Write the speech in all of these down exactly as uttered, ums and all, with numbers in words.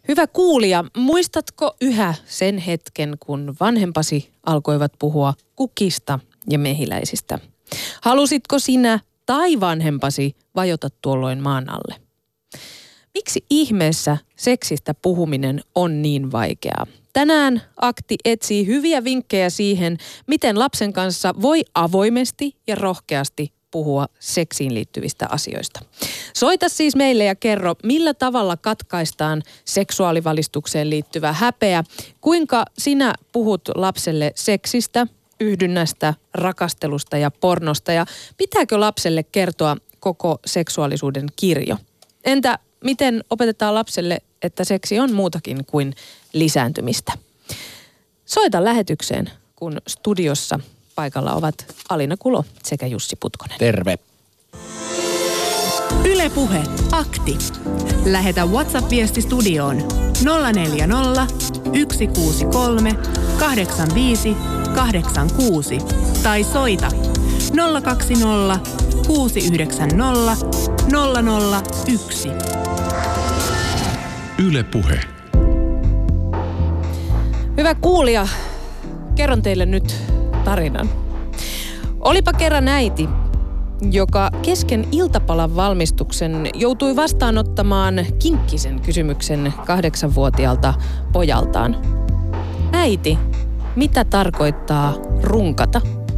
Hyvä kuulija, muistatko yhä sen hetken, kun vanhempasi alkoivat puhua kukista ja mehiläisistä? Halusitko sinä tai vanhempasi vajota tuolloin maan alle? Miksi ihmeessä seksistä puhuminen on niin vaikeaa? Tänään Akti etsii hyviä vinkkejä siihen, miten lapsen kanssa voi avoimesti ja rohkeasti puhua seksiin liittyvistä asioista. Soita siis meille ja kerro, millä tavalla katkaistaan seksuaalivalistukseen liittyvä häpeä. Kuinka sinä puhut lapselle seksistä, yhdynnästä, rakastelusta ja pornosta ja pitääkö lapselle kertoa koko seksuaalisuuden kirjo? Entä miten opetetaan lapselle, että seksi on muutakin kuin lisääntymistä? Soita lähetykseen, kun studiossa paikalla ovat Alina Kulo sekä Jussi Putkonen. Terve. Yle Puhe, akti. Lähetä WhatsApp-viesti studioon nolla neljä nolla, yksi kuusi kolme, kahdeksan viisi, kahdeksan kuusi tai soita nolla kaksi nolla, kuusi yhdeksän nolla, nolla nolla yksi. Yle Puhe. Hyvä kuulija, kerron teille nyt tarinan. Olipa kerran äiti, joka kesken iltapalan valmistuksen joutui vastaanottamaan kinkkisen kysymyksen kahdeksanvuotiaalta pojaltaan. Äiti, mitä tarkoittaa runkata?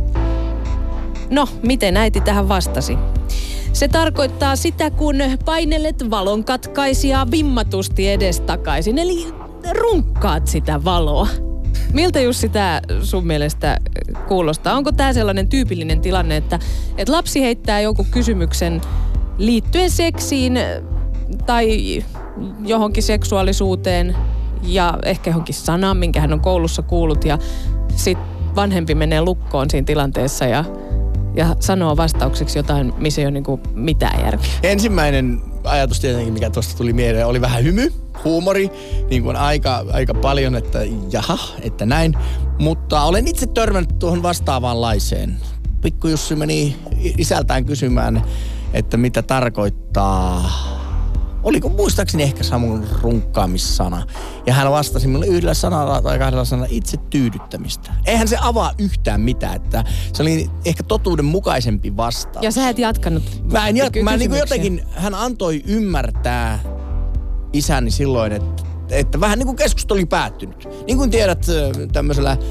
No, miten äiti tähän vastasi? Se tarkoittaa sitä, kun painelet valonkatkaisijaa vimmatusti edestakaisin, eli runkkaat sitä valoa. Miltä Jussi tämä sun mielestä kuulostaa? Onko tämä sellainen tyypillinen tilanne, että, että lapsi heittää jonkun kysymyksen liittyen seksiin tai johonkin seksuaalisuuteen ja ehkä johonkin sanaan, minkä hän on koulussa kuullut ja sitten vanhempi menee lukkoon siinä tilanteessa ja, ja sanoo vastaukseksi jotain, missä ei ole niinku mitään järkeä? Ensimmäinen ajatus tietenkin, mikä tuosta tuli mieleen, oli vähän hymy. Huumori, niin kuin aika, aika paljon, että jaha, että näin. Mutta olen itse törmännyt tuohon vastaavanlaiseen. Pikku Jussi meni isältään kysymään, että mitä tarkoittaa, oliko muistaakseni ehkä samun runkkaamissana. Ja hän vastasi minulle yhdellä sanalla tai kahdella sanalla itse tyydyttämistä. Eihän se avaa yhtään mitään, että se oli ehkä totuuden mukaisempi vastaus. Ja sä et jatkanut Mä en jat- mä niin kuin jotenkin, hän antoi ymmärtää isäni silloin, että, että vähän niin kuin keskustelu oli päättynyt. Niin kuin tiedät, tämmöisellä äh,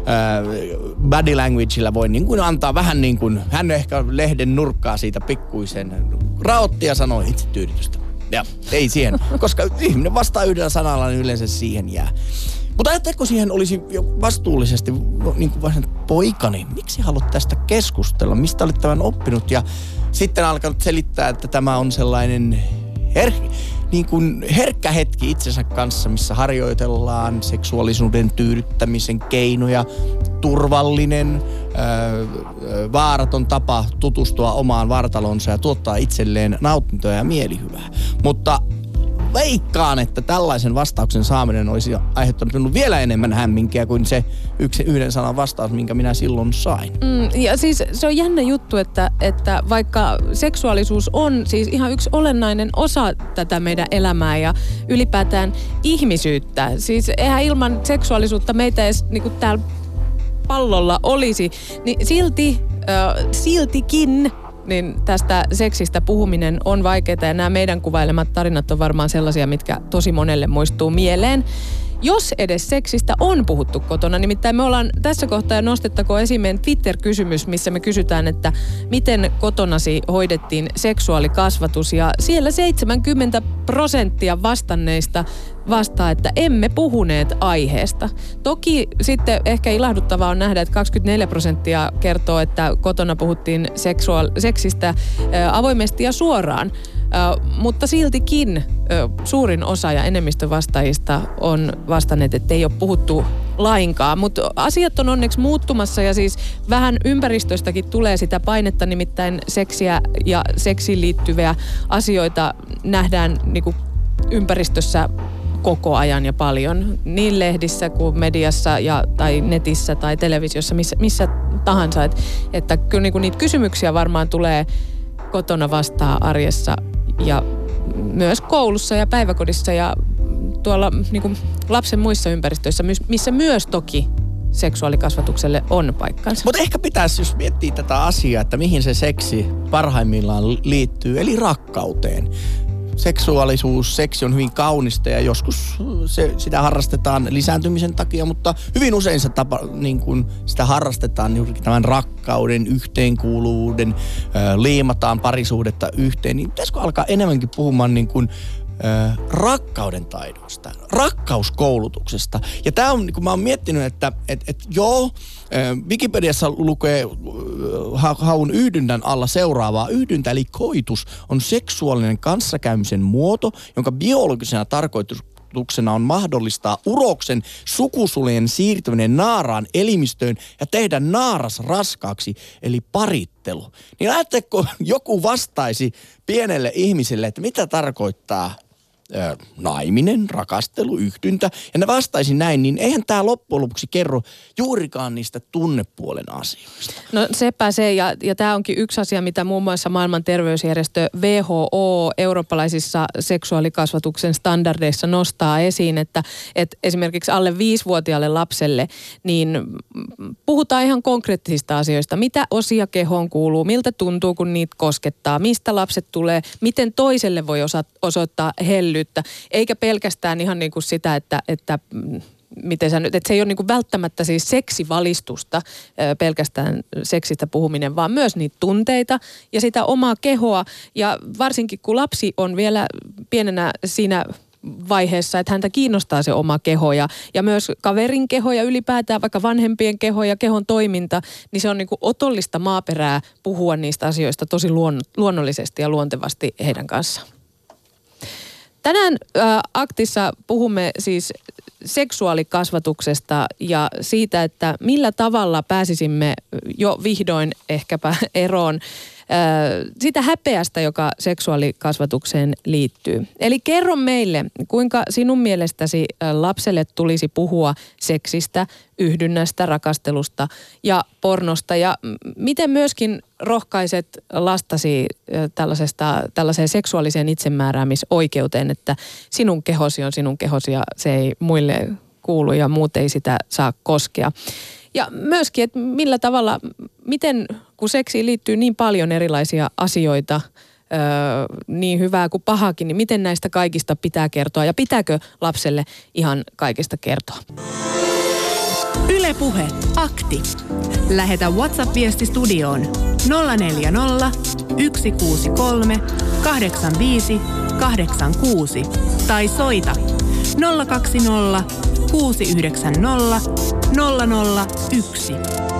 body languageilla voi niin kuin antaa vähän niin kuin, hän ehkä lehden nurkkaa siitä pikkuisen raotti ja sanoi itse tyydytystä. Ja ei siihen, koska ihminen vastaa yhdellä sanalla, niin yleensä siihen jää. Mutta ajatteletko siihen olisi jo vastuullisesti, niin kuin vaan, poikani, miksi haluat tästä keskustella? Mistä olet tämän oppinut? Ja sitten alkanut selittää, että tämä on sellainen her- niin kuin herkkä hetki itsensä kanssa, missä harjoitellaan seksuaalisuuden tyydyttämisen keinoja, turvallinen, öö, vaaraton tapa tutustua omaan vartalonsa ja tuottaa itselleen nautintoa ja mielihyvää. Mutta veikkaan, että tällaisen vastauksen saaminen olisi aiheuttanut minun vielä enemmän hämminkiä kuin se yksi, yhden sanan vastaus, minkä minä silloin sain. Mm, ja siis se on jännä juttu, että, että vaikka seksuaalisuus on siis ihan yksi olennainen osa tätä meidän elämää ja ylipäätään ihmisyyttä. Siis eihän ilman seksuaalisuutta meitä edes niin kuin täällä pallolla olisi, niin silti, äh, siltikin niin tästä seksistä puhuminen on vaikeaa ja nämä meidän kuvailemat tarinat on varmaan sellaisia, mitkä tosi monelle muistuu mieleen. Jos edes seksistä on puhuttu kotona, nimittäin me ollaan tässä kohtaa nostettakoon esiin meidän Twitter-kysymys, missä me kysytään, että miten kotonasi hoidettiin seksuaalikasvatus ja siellä seitsemänkymmentä prosenttia vastanneista vastaa, että emme puhuneet aiheesta. Toki sitten ehkä ilahduttavaa on nähdä, että kaksikymmentäneljä prosenttia kertoo, että kotona puhuttiin seksuaal- seksistä ä, avoimesti ja suoraan. Ö, mutta siltikin ö, suurin osa ja enemmistö vastaajista on vastanneet, että ei ole puhuttu lainkaan. Mutta asiat on onneksi muuttumassa ja siis vähän ympäristöstäkin tulee sitä painetta, nimittäin seksiä ja seksiin liittyviä asioita nähdään niinku ympäristössä koko ajan ja paljon. Niin lehdissä kuin mediassa ja, tai netissä tai televisiossa, missä, missä tahansa. Et, että kyllä niinku niitä kysymyksiä varmaan tulee kotona vastaan arjessa ja myös koulussa ja päiväkodissa ja tuolla niin kuin lapsen muissa ympäristöissä, missä myös toki seksuaalikasvatukselle on paikkansa. Mutta ehkä pitäisi, jos miettiä tätä asiaa, että mihin se seksi parhaimmillaan liittyy, eli rakkauteen. Seksuaalisuus, seksi on hyvin kaunista ja joskus se, sitä harrastetaan lisääntymisen takia, mutta hyvin usein se tapa, niin kun sitä harrastetaan juurikin tämän rakkauden, yhteenkuuluvuuden, äh, liimataan parisuhdetta yhteen, niin pitäisikö alkaa enemmänkin puhumaan niin kuin Äh, rakkauden taidoista, rakkauskoulutuksesta. Ja tää on, kun mä oon miettinyt, että et, et joo, äh, Wikipediassa lukee äh, haun yhdynnän alla seuraavaa. Yhdyntä eli koitus on seksuaalinen kanssakäymisen muoto, jonka biologisena tarkoituksena on mahdollistaa uroksen sukusulien siirtyminen naaraan elimistöön ja tehdä naaras raskaaksi, eli parittelu. Niin ajatteleko, joku vastaisi pienelle ihmiselle, että mitä tarkoittaa ö, naiminen, rakastelu, yhdyntä, ja ne vastaisi näin, niin eihän tämä loppujen lopuksi kerro juurikaan niistä tunnepuolen asioista. No sepä se, ja, ja tämä onkin yksi asia, mitä muun muassa maailman terveysjärjestö W H O eurooppalaisissa seksuaalikasvatuksen standardeissa nostaa esiin, että, että esimerkiksi alle viisivuotiaalle lapselle, niin puhutaan ihan konkreettisista asioista, mitä osia kehoon kuuluu, miltä tuntuu, kun niitä koskettaa, mistä lapset tulee, miten toiselle voi osa, osoittaa hellyyttä, eikä pelkästään ihan niin kuin sitä, että, että miten sä nyt, että se ei ole niin kuin välttämättä siis seksivalistusta, pelkästään seksistä puhuminen, vaan myös niitä tunteita ja sitä omaa kehoa. Ja varsinkin kun lapsi on vielä pienenä siinä vaiheessa, että häntä kiinnostaa se oma keho ja, ja myös kaverin keho ja ylipäätään vaikka vanhempien keho ja kehon toiminta, niin se on niin kuin otollista maaperää puhua niistä asioista tosi luon, luonnollisesti ja luontevasti heidän kanssaan. Tänään ä, Aktissa puhumme siis seksuaalikasvatuksesta ja siitä, että millä tavalla pääsisimme jo vihdoin ehkäpä eroon sitä häpeästä, joka seksuaalikasvatukseen liittyy. Eli kerro meille, kuinka sinun mielestäsi lapselle tulisi puhua seksistä, yhdynnästä, rakastelusta ja pornosta ja miten myöskin rohkaiset lastasi tällaisesta, tällaiseen seksuaaliseen itsemääräämisoikeuteen, että sinun kehosi on sinun kehosi ja se ei muille kuulu ja muut ei sitä saa koskea. Ja myöskin, että millä tavalla, miten, kun seksiin liittyy niin paljon erilaisia asioita, öö, niin hyvää kuin pahakin, niin miten näistä kaikista pitää kertoa ja pitääkö lapselle ihan kaikista kertoa? Yle Puhe. Akti. Lähetä WhatsApp-viesti studioon nolla neljä nolla, yksi kuusi kolme, kahdeksan viisi, kahdeksan kuusi tai soita nolla kaksi nolla, kuusi yhdeksän nolla, nolla nolla yksi.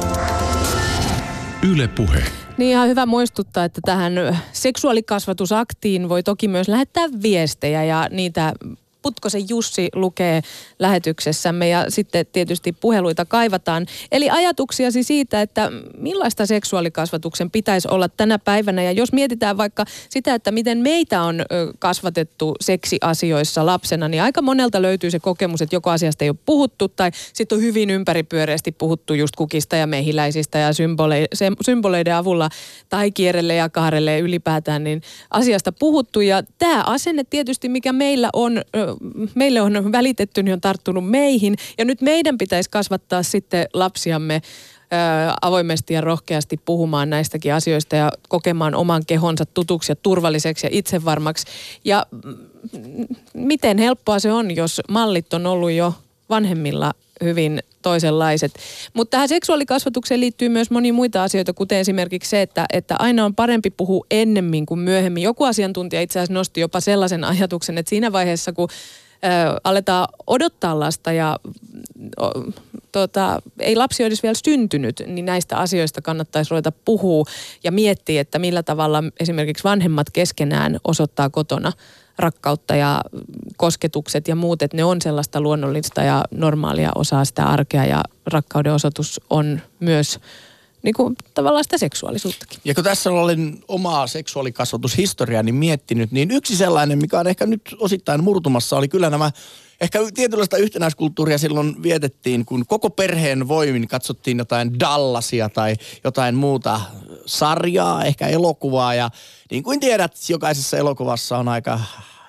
Yle Puhe. Niin ihan hyvä muistuttaa, että tähän seksuaalikasvatusaktiin voi toki myös lähettää viestejä ja niitä Putkosen Jussi lukee lähetyksessämme ja sitten tietysti puheluita kaivataan. Eli ajatuksiasi siitä, että millaista seksuaalikasvatuksen pitäisi olla tänä päivänä. Ja jos mietitään vaikka sitä, että miten meitä on kasvatettu seksiasioissa lapsena, niin aika monelta löytyy se kokemus, että joko asiasta ei ole puhuttu tai sitten on hyvin ympäripyöreästi puhuttu just kukista ja mehiläisistä ja symbole- symboleiden avulla tai kierrelle ja kaarelle ylipäätään niin asiasta puhuttu. Ja tämä asenne tietysti, mikä meillä on meille on välitetty, niin on tarttunut meihin. Ja nyt meidän pitäisi kasvattaa sitten lapsiamme ää, avoimesti ja rohkeasti puhumaan näistäkin asioista ja kokemaan oman kehonsa tutuksi ja turvalliseksi ja itsevarmaksi. Ja m- miten helppoa se on, jos mallit on ollut jo vanhemmilla hyvin toisenlaiset. Mutta tähän seksuaalikasvatukseen liittyy myös monia muita asioita, kuten esimerkiksi se, että, että aina on parempi puhua ennemmin kuin myöhemmin. Joku asiantuntija itse asiassa nosti jopa sellaisen ajatuksen, että siinä vaiheessa, kun ö, aletaan odottaa lasta ja o, tota, ei lapsi olisi vielä syntynyt, niin näistä asioista kannattaisi ruveta puhua ja miettiä, että millä tavalla esimerkiksi vanhemmat keskenään osoittaa kotona rakkautta ja kosketukset ja muut, että ne on sellaista luonnollista ja normaalia osaa sitä arkea ja rakkauden osoitus on myös niin kuin tavallaan sitä seksuaalisuuttakin. Ja kun tässä olen omaa seksuaalikasvatushistoriaani miettinyt, niin yksi sellainen, mikä on ehkä nyt osittain murtumassa, oli kyllä nämä ehkä tietynlaista yhtenäiskulttuuria silloin vietettiin, kun koko perheen voimin katsottiin jotain Dallasia tai jotain muuta sarjaa, ehkä elokuvaa. Ja niin kuin tiedät, jokaisessa elokuvassa on aika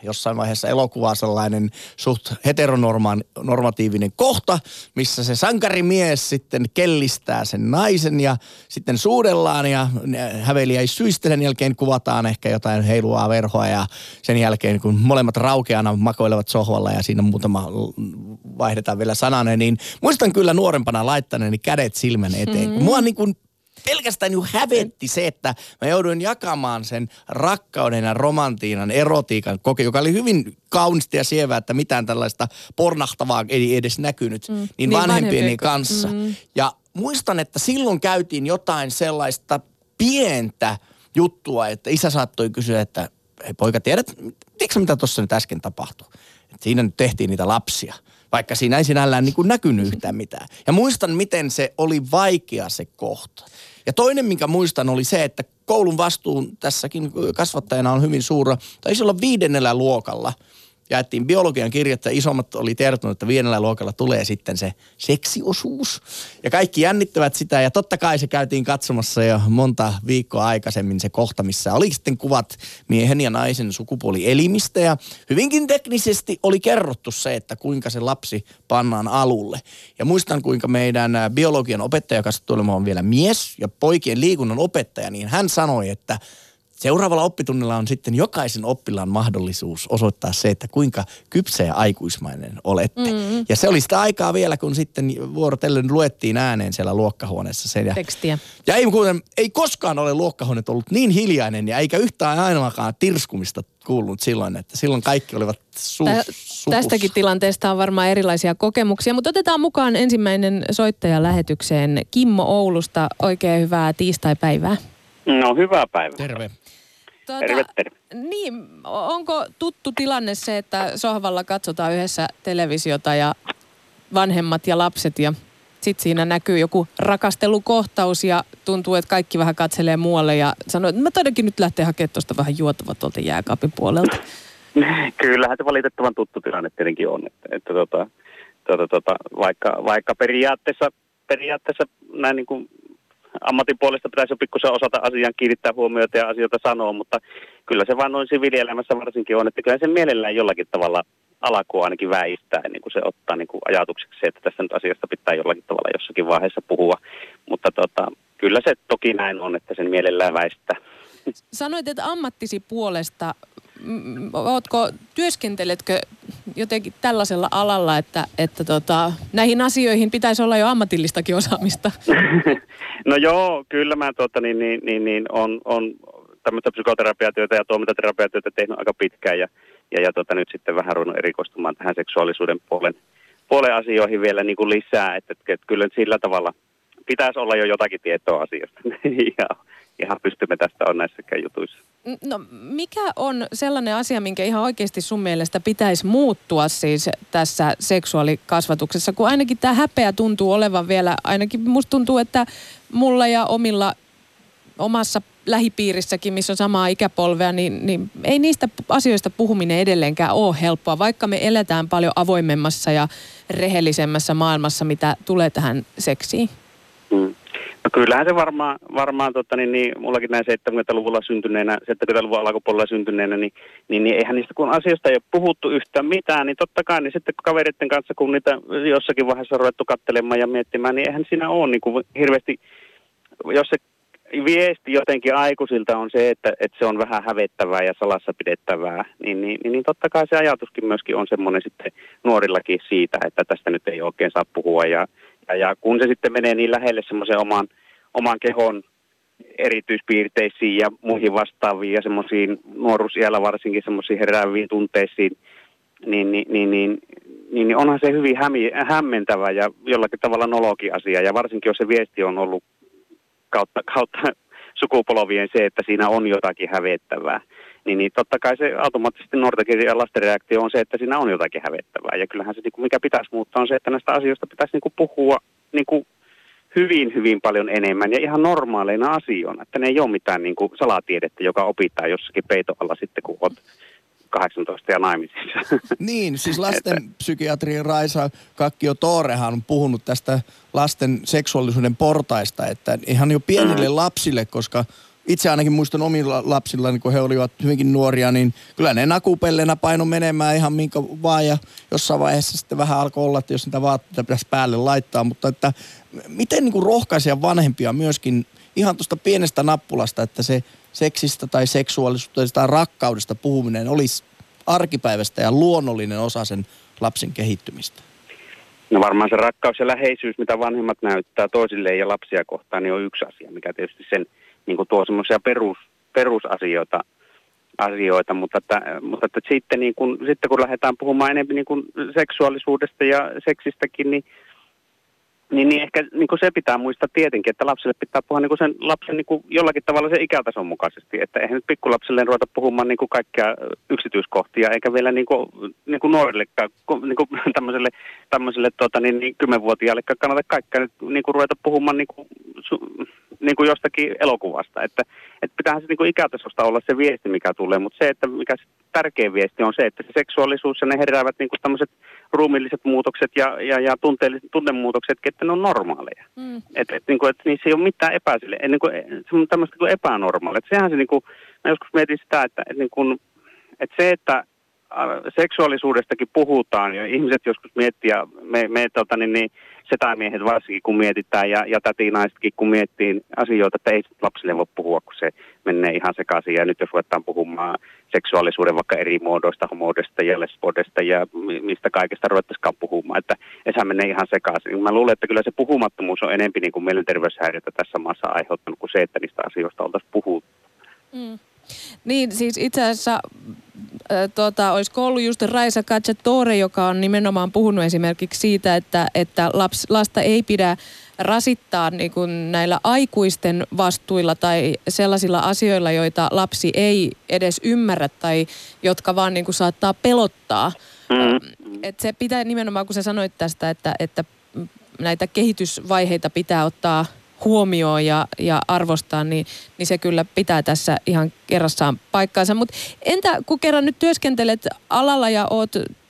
jossain vaiheessa elokuvaa sellainen suht heteronormatiivinen kohta, missä se sankarimies sitten kellistää sen naisen ja sitten suudellaan ja häveliäissyistä sen jälkeen kuvataan ehkä jotain heiluvaa verhoa ja sen jälkeen kun molemmat raukeana makoilevat sohvalla ja siinä muutama vaihdetaan vielä sananen, niin muistan kyllä nuorempana laittaneeni kädet silmän eteen. Mm-hmm. Mua niin kuin pelkästään ju hävetti se, että mä jouduin jakamaan sen rakkauden ja romantiinan, erotiikan koke, joka oli hyvin kaunista ja sievää, että mitään tällaista pornahtavaa ei edes näkynyt, mm. niin, niin vanhempieni kanssa. Mm. Ja muistan, että silloin käytiin jotain sellaista pientä juttua, että isä saattoi kysyä, että hei poika, tiedät, tiedätkö mitä tuossa nyt äsken tapahtui? Että siinä nyt tehtiin niitä lapsia. Vaikka siinä ei sinällään niin kuin näkynyt yhtään mitään. Ja muistan, miten se oli vaikea se kohta. Ja toinen, minkä muistan, oli se, että koulun vastuun tässäkin kasvattajana on hyvin suura. Taisi olla viidennellä luokalla. Jaettiin biologian kirjat ja isommat oli tiedottanut, että viidennellä luokalla tulee sitten se seksiosuus. Ja kaikki jännittävät sitä ja totta kai se käytiin katsomassa jo monta viikkoa aikaisemmin se kohta, missä oli sitten kuvat miehen ja naisen sukupuolielimistä. Ja hyvinkin teknisesti oli kerrottu se, että kuinka se lapsi pannaan alulle. Ja muistan, kuinka meidän biologian opettaja, joka on vielä mies ja poikien liikunnan opettaja, niin hän sanoi, että seuraavalla oppitunnilla on sitten jokaisen oppilaan mahdollisuus osoittaa se, että kuinka kypsä ja aikuismainen olette. Mm-hmm. Ja se oli sitä aikaa vielä, kun sitten vuorotellen luettiin ääneen siellä luokkahuoneessa sen. Ja, tekstiä. Ja ei, ei koskaan ole luokkahuoneet ollut niin hiljainen ja eikä yhtään ainoakaan tirskumista kuulunut silloin, että silloin kaikki olivat su- Tä, Tästäkin tilanteesta on varmaan erilaisia kokemuksia, mutta otetaan mukaan ensimmäinen soittaja lähetykseen Kimmo Oulusta. Oikein hyvää tiistaipäivää. No hyvää päivää. Terve. Tuota, terve, terve. Niin, onko tuttu tilanne se, että sohvalla katsotaan yhdessä televisiota ja vanhemmat ja lapset ja sitten siinä näkyy joku rakastelukohtaus ja tuntuu, että kaikki vähän katselee muualle ja sanoo, että mä taidankin nyt lähteä hakemaan tuosta vähän juotava tuolta jääkaapin puolelta. Kyllähän se valitettavan tuttu tilanne tietenkin on, että, että tota, tota, tota, vaikka, vaikka periaatteessa, periaatteessa näin niin kuin ammatin puolesta pitäisi jo pikkusen osata asiaan kiinnittää huomiota ja asioita sanoa, mutta kyllä se vaan noin siviilielämässä varsinkin on, että kyllä sen mielellään jollakin tavalla alkuun ainakin väistää, niin kuin se ottaa niin kuin ajatukseksi se, että tässä nyt asiasta pitää jollakin tavalla jossakin vaiheessa puhua, mutta tota, kyllä se toki näin on, että sen mielellään väistää. Sanoit, että ammattisi puolesta, ootko, työskenteletkö jotenkin tällaisella alalla, että, että tota, näihin asioihin pitäisi olla jo ammatillistakin osaamista? No joo, kyllä mä tuota, niin, niin, niin, niin, on, on tämmöistä psykoterapiatyötä ja toimintaterapiatyötä tehnyt aika pitkään ja, ja, ja tota, nyt sitten vähän ruvennut erikoistumaan tähän seksuaalisuuden puolen, puolen asioihin vielä niin kuin lisää, että, että, että kyllä sillä tavalla pitäisi olla jo jotakin tietoa asiasta ja ihan pystymme tästä on näissäkään jutuissa. No mikä on sellainen asia, minkä ihan oikeasti sun mielestä pitäisi muuttua siis tässä seksuaalikasvatuksessa, kun ainakin tämä häpeä tuntuu olevan vielä, ainakin musta tuntuu, että mulla ja omilla omassa lähipiirissäkin, missä on samaa ikäpolvea, niin, niin ei niistä asioista puhuminen edelleenkään ole helppoa, vaikka me eletään paljon avoimemmassa ja rehellisemmässä maailmassa, mitä tulee tähän seksiin. Mm. No kyllähän se varmaan, varmaan tota, niin, niin, mullakin näin seitsemänkymmentäluvulla syntyneenä, seitsemänkymmentäluvun alkupuolella syntyneenä, niin, niin, niin eihän niistä kun asioista ei ole puhuttu yhtään mitään, niin totta kai niin sitten kavereiden kanssa, kun niitä jossakin vaiheessa on ruvettu katselemaan ja miettimään, niin eihän siinä ole niin kuin hirveästi, jos se viesti jotenkin aikuisilta on se, että, että se on vähän hävettävää ja salassa pidettävää, niin, niin, niin, niin totta kai se ajatuskin myöskin on semmoinen sitten nuorillakin siitä, että tästä nyt ei oikein saa puhua ja Ja, ja kun se sitten menee niin lähelle semmoisen oman, oman kehon erityispiirteisiin ja muihin vastaaviin ja semmoisiin nuoruusiällä varsinkin semmoisiin herääviin tunteisiin, niin, niin, niin, niin, niin onhan se hyvin hämi, hämmentävä ja jollakin tavalla nolokin asia. Ja varsinkin jos se viesti on ollut kautta, kautta sukupolvien se, että siinä on jotakin hävettävää, niin, niin totta kai se automaattisesti nuortenkin ja lasten reaktio on se, että siinä on jotakin hävettävää. Ja kyllähän se, niin kuin mikä pitäisi muuttaa, on se, että näistä asioista pitäisi niin kuin puhua niin kuin hyvin, hyvin paljon enemmän ja ihan normaaleina asioina. Että ne ei ole mitään niin kuin salatiedettä, joka opitaan jossakin peiton alla sitten, kun olet kahdeksantoista ja naimisissa. Niin, siis lastenpsykiatri Raisa Kakkio-Toorehan on puhunut tästä lasten seksuaalisuuden portaista, että ihan jo pienille mm. lapsille, koska itse ainakin muistan omilla lapsilla, kun he olivat hyvinkin nuoria, niin kyllä ne nakupellenä paino menemään ihan minkä vaan. Ja jossain vaiheessa sitten vähän alkoi olla, että jos niitä vaatteita pitäisi päälle laittaa. Mutta että miten niin kuin rohkaisia vanhempia myöskin ihan tuosta pienestä nappulasta, että se seksistä tai seksuaalisuudesta tai rakkaudesta puhuminen olisi arkipäivästä ja luonnollinen osa sen lapsen kehittymistä? No varmaan se rakkaus ja läheisyys, mitä vanhemmat näyttää toisilleen ja lapsia kohtaan, niin on yksi asia, mikä tietysti sen niin kuin tuo semmoisia perus, perusasioita, asioita, mutta, että, mutta että sitten, niin kun, sitten kun lähdetään puhumaan enemmän niin kuin seksuaalisuudesta ja seksistäkin, niin Niin, niin ehkä niin kuin se pitää muistaa tietenkin, että lapselle pitää puhua niin kuin sen lapsen niin kuin jollakin tavalla sen ikätason mukaisesti. Että eihän nyt pikkulapselle ruveta puhumaan niin kuin kaikkia yksityiskohtia, eikä vielä niin kuin, niin kuin nuorillekaan, niin kuin tämmöiselle, tämmöiselle tota, niin, niin, kymmenvuotiaallekaan kannata kaikkea nyt niin kuin ruveta puhumaan niin kuin, su, niin kuin jostakin elokuvasta. Että, että pitäähän se niin kuin ikätasosta olla se viesti, mikä tulee, mutta se, että mikä se tärkeä viesti on se, että se seksuaalisuus ja ne heräävät niin kuin tämmöiset ruumiilliset muutokset ja, ja, ja tunteelliset tunnemuutokset, että ne on normaaleja. Mm. Että et, niin et niissä ei ole mitään epäsille, niin kuin, se on tämmöistä niin epänormaalia. Et sehän se, niin kuin, mä joskus mietin sitä, että et, niin kuin, et se, että seksuaalisuudestakin puhutaan ja ihmiset joskus miettii ja me, me tota, niin, niin, setämiehet varsinkin kun mietitään ja, ja tätinaisetkin kun miettii asioita, että ei lapsille voi puhua, kun se menee ihan sekaisin. Ja nyt jos ruvetaan puhumaan seksuaalisuuden vaikka eri muodoista, homoudesta ja lesboudesta ja mistä kaikesta ruvettaisikaan puhumaan, että sehän menee ihan sekaisin. Mä luulen, että kyllä se puhumattomuus on enemmän niin kuin mielenterveyshäiriötä tässä maassa aiheuttanut kuin se, että niistä asioista oltaisiin puhuttu. Mm. Niin, siis itse asiassa äh, tota, olisiko ollut just Raisa Cacciatore, joka on nimenomaan puhunut esimerkiksi siitä, että, että laps, lasta ei pidä rasittaa niin kuin näillä aikuisten vastuilla tai sellaisilla asioilla, joita lapsi ei edes ymmärrä tai jotka vaan niin kuin saattaa pelottaa. Mm. Et se pitää nimenomaan, kun sä sanoit tästä, että, että näitä kehitysvaiheita pitää ottaa huomioon ja, ja arvostaa, niin, niin se kyllä pitää tässä ihan kerrassaan paikkaansa. Mutta entä kun kerran nyt työskentelet alalla ja oot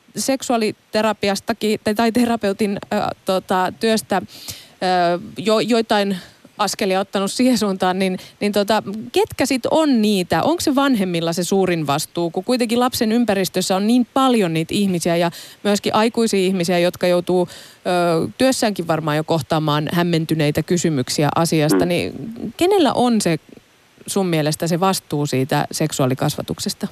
seksuaaliterapiastakin tai terapeutin äh, tota, työstä äh, jo, joitain askelia ottanut siihen suuntaan, niin, niin tota, ketkä sit on niitä? Onko se vanhemmilla se suurin vastuu, kun kuitenkin lapsen ympäristössä on niin paljon niitä ihmisiä ja myöskin aikuisia ihmisiä, jotka joutuu ö, työssäänkin varmaan jo kohtaamaan hämmentyneitä kysymyksiä asiasta, niin kenellä on se sun mielestä se vastuu siitä seksuaalikasvatuksesta?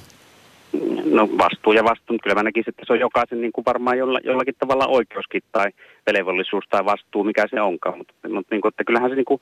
No vastuu ja vastuu, kyllä mä näkisin, että se on jokaisen niin kuin varmaan jolla, jollakin tavalla oikeuskin tai velvollisuus tai vastuu, mikä se onkaan, mutta, mutta niin kuin, että kyllähän se niin kuin,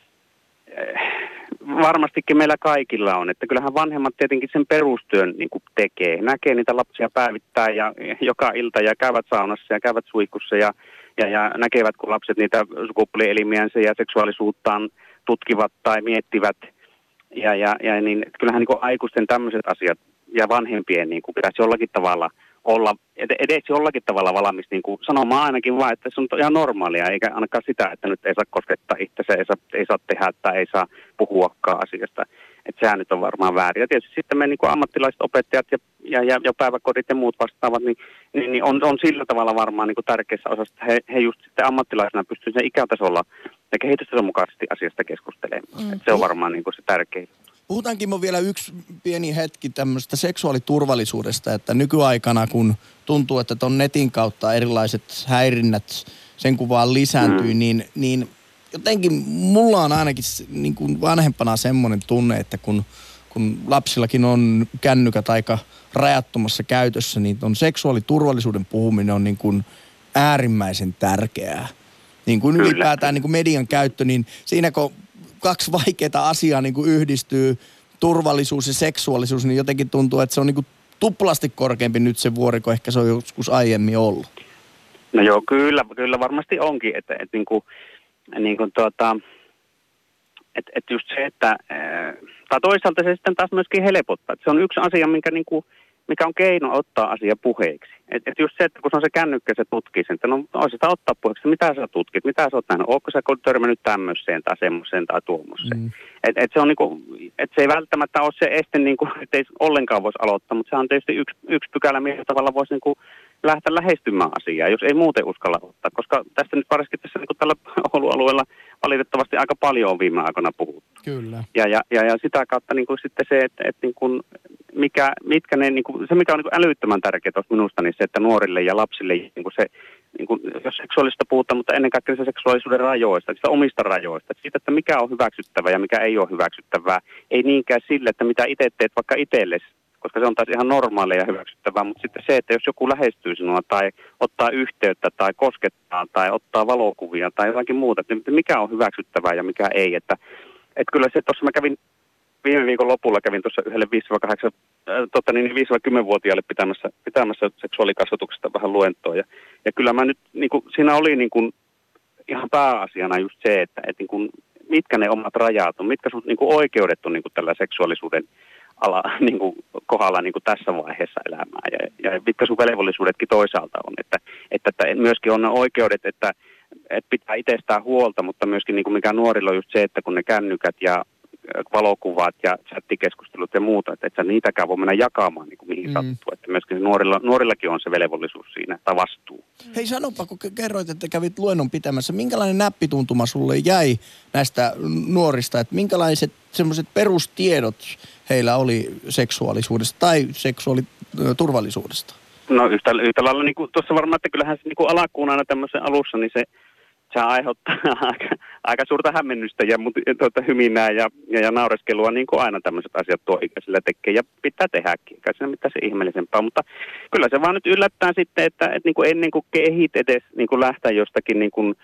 eh, varmastikin meillä kaikilla on, että kyllähän vanhemmat tietenkin sen perustyön niin kuin tekee, näkee niitä lapsia päivittäin ja joka ilta ja käyvät saunassa ja käyvät suihkussa ja, ja, ja näkevät, kun lapset niitä sukupuolielimiänsä ja seksuaalisuuttaan tutkivat tai miettivät ja, ja, ja niin, että kyllähän niin kuin aikuisten tämmöiset asiat ja vanhempien niin kuin pitäisi jollakin tavalla olla, edes jollakin tavalla valmis niin kuin sanomaan ainakin vaan, että se on ihan normaalia, eikä ainakaan sitä, että nyt ei saa koskettaa itse, ei saa, ei saa tehdä tai ei saa puhuakaan asiasta. Että sehän nyt on varmaan väärin. Ja tietysti sitten me niin kuin ammattilaiset opettajat ja, ja, ja, ja päiväkodit ja muut vastaavat, niin, niin, niin on, on sillä tavalla varmaan niin kuin tärkeässä osassa, että he, he just sitten ammattilaisena pystyvät sen ikätasolla ja kehitystason mukaisesti asiasta keskustelemaan. Mm. Se on varmaan niin kuin se tärkein. Puhutaan, Kimmo, vielä yksi pieni hetki tämmöistä seksuaaliturvallisuudesta, että nykyaikana, kun tuntuu, että ton netin kautta erilaiset häirinnät sen kuvaan lisääntyy, mm. niin, niin jotenkin mulla on ainakin niin kuin vanhempana semmoinen tunne, että kun, kun lapsillakin on kännykät aika rajattomassa käytössä, niin ton seksuaaliturvallisuuden puhuminen on niin kuin äärimmäisen tärkeää. Niin kuin ylipäätään niin kuin median käyttö, niin siinä kun kaksi vaikeaa asiaa niin kuin yhdistyy, turvallisuus ja seksuaalisuus, niin jotenkin tuntuu, että se on niin kuin tuplasti korkeampi nyt se vuori, kun ehkä se on joskus aiemmin ollut. No joo, kyllä, kyllä varmasti onkin, että, että niin kuin, niin kuin tuota, että, että just se, että, tai toisaalta se sitten taas myöskin helpottaa, että se on yksi asia, minkä niin kuin, mikä on keino ottaa asia puheeksi. Että et just se, että kun se on se kännykkä, se tutkii sen, että no sitä ottaa puheeksi, mitä sä tutkit, mitä sä oot nähnyt, ootko sä törmännyt tämmöiseen tai semmoiseen tai tuommoiseen. Mm. Että et se on niinku, että se ei välttämättä ole se este, niinku, että ei ollenkaan voisi aloittaa, mutta se on tietysti yksi, yksi pykälä, millä tavalla voisi niinku lähteä lähestymään asiaa, jos ei muuten uskalla ottaa. Koska tästä nyt varsinkin tässä niinku tällä Oulun alueella valitettavasti aika paljon on viime aikoina puhuttu. Kyllä. Ja, ja, ja, ja sitä kautta niin kuin sitten se, että, että niin kuin mikä, mitkä ne, niin kuin, se mikä on niin kuin älyttömän tärkeää minusta, niin se, että nuorille ja lapsille niin kuin se, niin kuin, jos seksuaalista puhutaan, mutta ennen kaikkea se seksuaalisuuden rajoista, sitä omista rajoista, siitä, että mikä on hyväksyttävää ja mikä ei ole hyväksyttävää. Ei niinkään sille, että mitä itse teet vaikka itsellesi, koska se on taas ihan normaalia ja hyväksyttävää, mutta sitten se, että jos joku lähestyy sinua tai ottaa yhteyttä tai koskettaa tai ottaa valokuvia tai jotakin muuta, että mikä on hyväksyttävää ja mikä ei. Että, että kyllä se, tuossa mä kävin viime viikon lopulla kävin tuossa yhdelle viisi kahdeksan, äh, totta niin viisi kymmenen-vuotiaalle pitämässä, pitämässä seksuaalikasvatuksesta vähän luentoa. Ja, ja kyllä mä nyt, niin kuin, siinä oli niin kuin, ihan pääasiana just se, että, että niin kuin, mitkä ne omat rajat on, mitkä sun niin kuin oikeudet on niin kuin tällä seksuaalisuuden ala, niin kuin, kohdalla niin kuin tässä vaiheessa elämää. Ja, ja mitkä sun velvollisuudetkin toisaalta on, että, että, että myöskin on ne oikeudet, että, että pitää itsestään huolta, mutta myöskin niin kuin mikä nuorilla on just se, että kun ne kännykät ja valokuvat ja chattikeskustelut ja muuta, että et sä niitäkään voi mennä jakamaan niin kuin mihin mm. sattuu. Että myöskin nuorilla, nuorillakin on se velvollisuus siinä, tai vastuu. Hei sanopa, kun kerroit, että kävit luennon pitämässä, minkälainen näppituntuma sulle jäi näistä nuorista, että minkälaiset semmoiset perustiedot heillä oli seksuaalisuudesta tai seksuaaliturvallisuudesta? No yhtä, yhtä lailla niin kuin tuossa varmaan, että kyllähän se niin kuin alakuun aina tämmöisen alussa, niin se Se aiheuttaa aika, aika suurta hämmennystä ja tuota, hyminää ja, ja, ja naureskelua, niin kuin aina tämmöiset asiat tuo ikäisillä tekee ja pitää tehdäkin. Eikä siinä mitään se ihmeellisempää, mutta kyllä se vaan nyt yllättää sitten, että, että niin kuin ennen kuin kehit edes niin kuin lähtää jostakin niin kuin,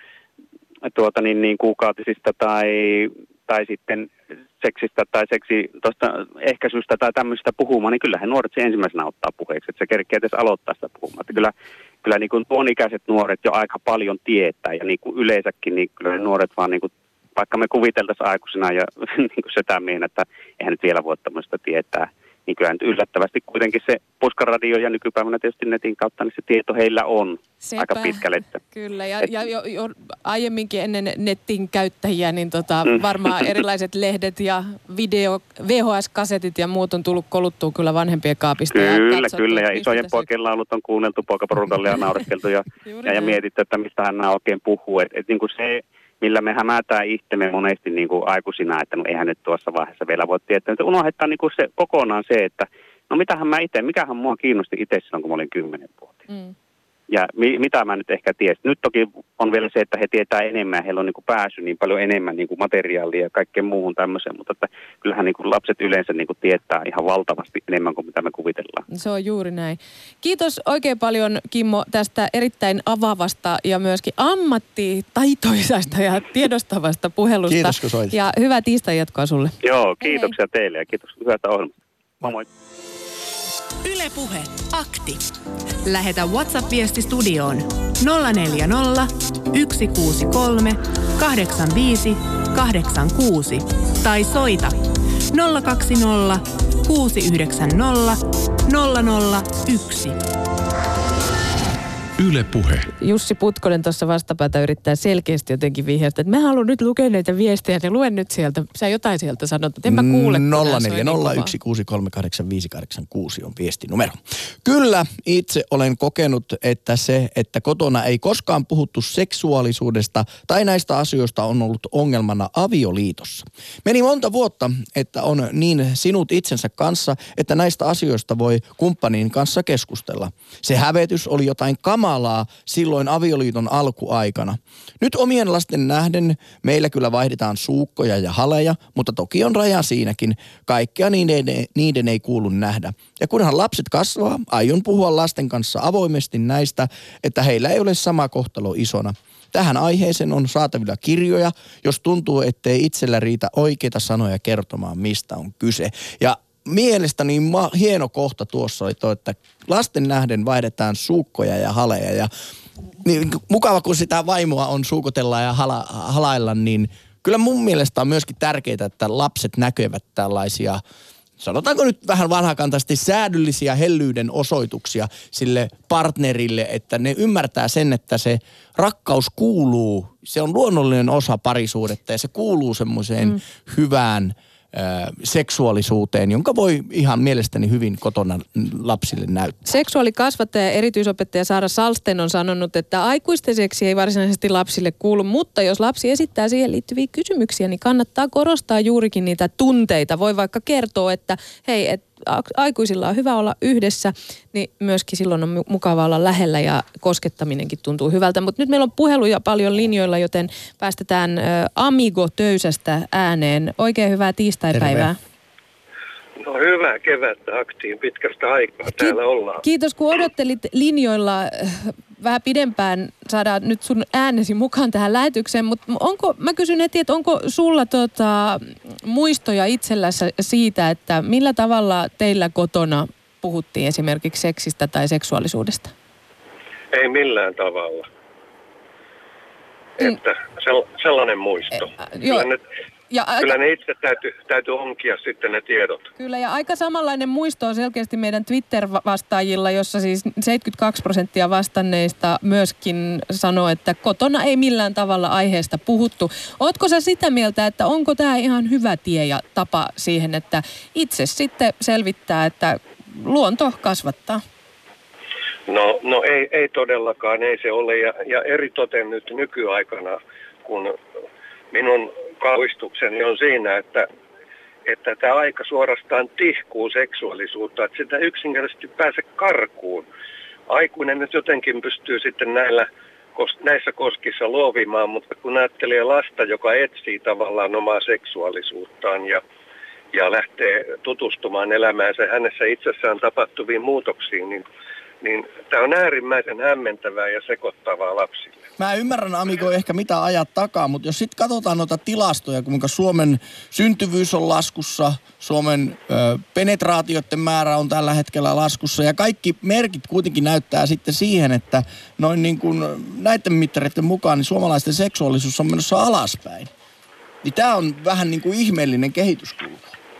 tuota, niin, niin kuukautisista tai, tai sitten seksistä tai seksi tuosta ehkäisystä tai tämmöistä puhumaan, niin kyllähän nuoret se ensimmäisenä ottaa puheeksi, että se kerkee edes aloittaa sitä puhumaan. Että kyllä, kyllä niin kuin tuon ikäiset nuoret jo aika paljon tietää ja niin kuin yleensäkin niin kyllä ne nuoret vaan niin kuin, vaikka me kuviteltaisiin aikuisina ja niin kuin sitä meidän, että eihän nyt vielä voi tämmöistä tietää, niin kyllä nyt yllättävästi kuitenkin se puskaradio ja nykypäivänä tietysti netin kautta, niin se tieto heillä on Sepä. aika pitkälle. Kyllä, ja, ja jo, jo aiemminkin ennen netin käyttäjiä, niin tota, mm. varmaan erilaiset lehdet ja video, V H S-kasetit ja muut on tullut koluttua kyllä vanhempien kaapista. Kyllä, ja kyllä, ja isojen poikien laulut on kuunneltu poikaporukalle ja naureskeltu ja, ja, ja mietitty, että mistä hän oikein puhuu. Että et, niin kuin se, millä me hämätään itsemme monesti niin kuin aikuisina, että no eihän nyt tuossa vaiheessa vielä voi tietää. Että unohdetaan niin kuin se, kokonaan se, että no mitähän mä itse, mikähän mua kiinnosti itse silloin, kun mä olin kymmenen vuotta. Mm. Ja mi, mitä mä nyt ehkä tiesin. Nyt toki on vielä se, että he tietää enemmän, heillä on niin kuin pääsy niin paljon enemmän niin kuin materiaalia ja kaikkeen muuhun tämmöiseen, mutta että kyllähän niin kuin lapset yleensä niin kuin tietää ihan valtavasti enemmän kuin mitä me kuvitellaan. Se on juuri näin. Kiitos oikein paljon, Kimmo, tästä erittäin avaavasta ja myöskin ammattitaitoisesta ja tiedostavasta puhelusta. Kiitos, kun soit. Ja hyvää tiistai jatkoa sulle. Joo, kiitoksia hei, hei. teille ja kiitos hyvästä ohjelmasta. Moi moi. Yle Puhe. Akti. Lähetä WhatsApp-viesti studioon nolla neljä nolla, yksi kuusi kolme, kahdeksan viisi, kahdeksan kuusi tai soita nolla kaksi nolla, kuusi yhdeksän nolla, nolla nolla yksi. Yle Puhe. Jussi Putkonen tuossa vastapäätä yrittää selkeästi jotenkin vihjasta, että mä haluan nyt lukea näitä viestejä ja luen nyt sieltä. Sä jotain sieltä sanot, että en mä kuule. nolla neljä nolla, yksi kuusi kolme, kahdeksan viisi, kahdeksan kuusi on viestinumero. Kyllä, itse olen kokenut, että se, että kotona ei koskaan puhuttu seksuaalisuudesta tai näistä asioista on ollut ongelmana avioliitossa. Meni monta vuotta, että on niin sinut itsensä kanssa, että näistä asioista voi kumppanin kanssa keskustella. Se hävetys oli jotain kamaa silloin avioliiton alkuaikana. Nyt omien lasten nähden meillä kyllä vaihdetaan suukkoja ja haleja, mutta toki on raja siinäkin. Kaikkea niiden, niiden ei kuulu nähdä. Ja kunhan lapset kasvaa, aion puhua lasten kanssa avoimesti näistä, että heillä ei ole sama kohtalo isona. Tähän aiheeseen on saatavilla kirjoja, jos tuntuu, ettei itsellä riitä oikeita sanoja kertomaan, mistä on kyse. Ja mielestäni ma- hieno kohta tuossa oli tuo, että lasten nähden vaihdetaan suukkoja ja haleja. Ja niin, mukava, kun sitä vaimoa on suukotella ja hala- halailla, niin kyllä mun mielestä on myöskin tärkeää, että lapset näkevät tällaisia, sanotaanko nyt vähän vanhakantaisesti, säädyllisiä hellyyden osoituksia sille partnerille, että ne ymmärtää sen, että se rakkaus kuuluu, se on luonnollinen osa parisuudetta ja se kuuluu semmoiseen mm. hyvään seksuaalisuuteen, jonka voi ihan mielestäni hyvin kotona lapsille näyttää. Seksuaalikasvattaja ja erityisopettaja Saara Salsten on sanonut, että aikuisten seksi ei varsinaisesti lapsille kuulu, mutta jos lapsi esittää siihen liittyviä kysymyksiä, niin kannattaa korostaa juurikin niitä tunteita. Voi vaikka kertoa, että hei, et aikuisilla on hyvä olla yhdessä, niin myöskin silloin on mukava olla lähellä ja koskettaminenkin tuntuu hyvältä. Mutta nyt meillä on puheluja paljon linjoilla, joten päästetään Amigo Töysästä ääneen. Oikein hyvää tiistaipäivää. Terve. No hyvää kevättä aktiin pitkästä aikaa. Täällä ollaan. Kiitos kun odottelit linjoilla vähän pidempään. Saadaan nyt sun äänesi mukaan tähän lähetykseen, mutta onko, mä kysyn heti, että onko sulla tota, muistoja itselläsi siitä, että millä tavalla teillä kotona puhuttiin esimerkiksi seksistä tai seksuaalisuudesta? Ei millään tavalla. Mm. Että sellainen muisto. E, kyllä, ne, ja aika, kyllä ne itse täytyy, täytyy onkia sitten ne tiedot. Kyllä, ja aika samanlainen muisto on selkeästi meidän Twitter-vastaajilla, jossa siis seitsemänkymmentäkaksi prosenttia vastanneista myöskin sanoo, että kotona ei millään tavalla aiheesta puhuttu. Ootko sä sitä mieltä, että onko tämä ihan hyvä tie ja tapa siihen, että itse sitten selvittää, että luonto kasvattaa? No, no ei, ei todellakaan, ei se ole. Ja, ja eritoten nyt nykyaikana, kun minun kauhistukseni on siinä, että, että tämä aika suorastaan tihkuu seksuaalisuutta, että sitä yksinkertaisesti pääse karkuun. Aikuinen nyt jotenkin pystyy sitten näillä, näissä koskissa luovimaan, mutta kun ajattelee lasta, joka etsii tavallaan omaa seksuaalisuuttaan ja, ja lähtee tutustumaan elämäänsä hänessä itsessään tapahtuviin muutoksiin, niin niin tämä on äärimmäisen hämmentävää ja sekoittavaa lapsille. Mä ymmärrän, Amigo, ehkä mitä ajat takaa, mutta jos sitten katsotaan noita tilastoja, kuinka Suomen syntyvyys on laskussa, Suomen ö, penetraatioiden määrä on tällä hetkellä laskussa ja kaikki merkit kuitenkin näyttää sitten siihen, että noin niin kuin näiden mittareiden mukaan niin suomalaisten seksuaalisuus on menossa alaspäin. Niin tämä on vähän niin kuin ihmeellinen kehityskulku.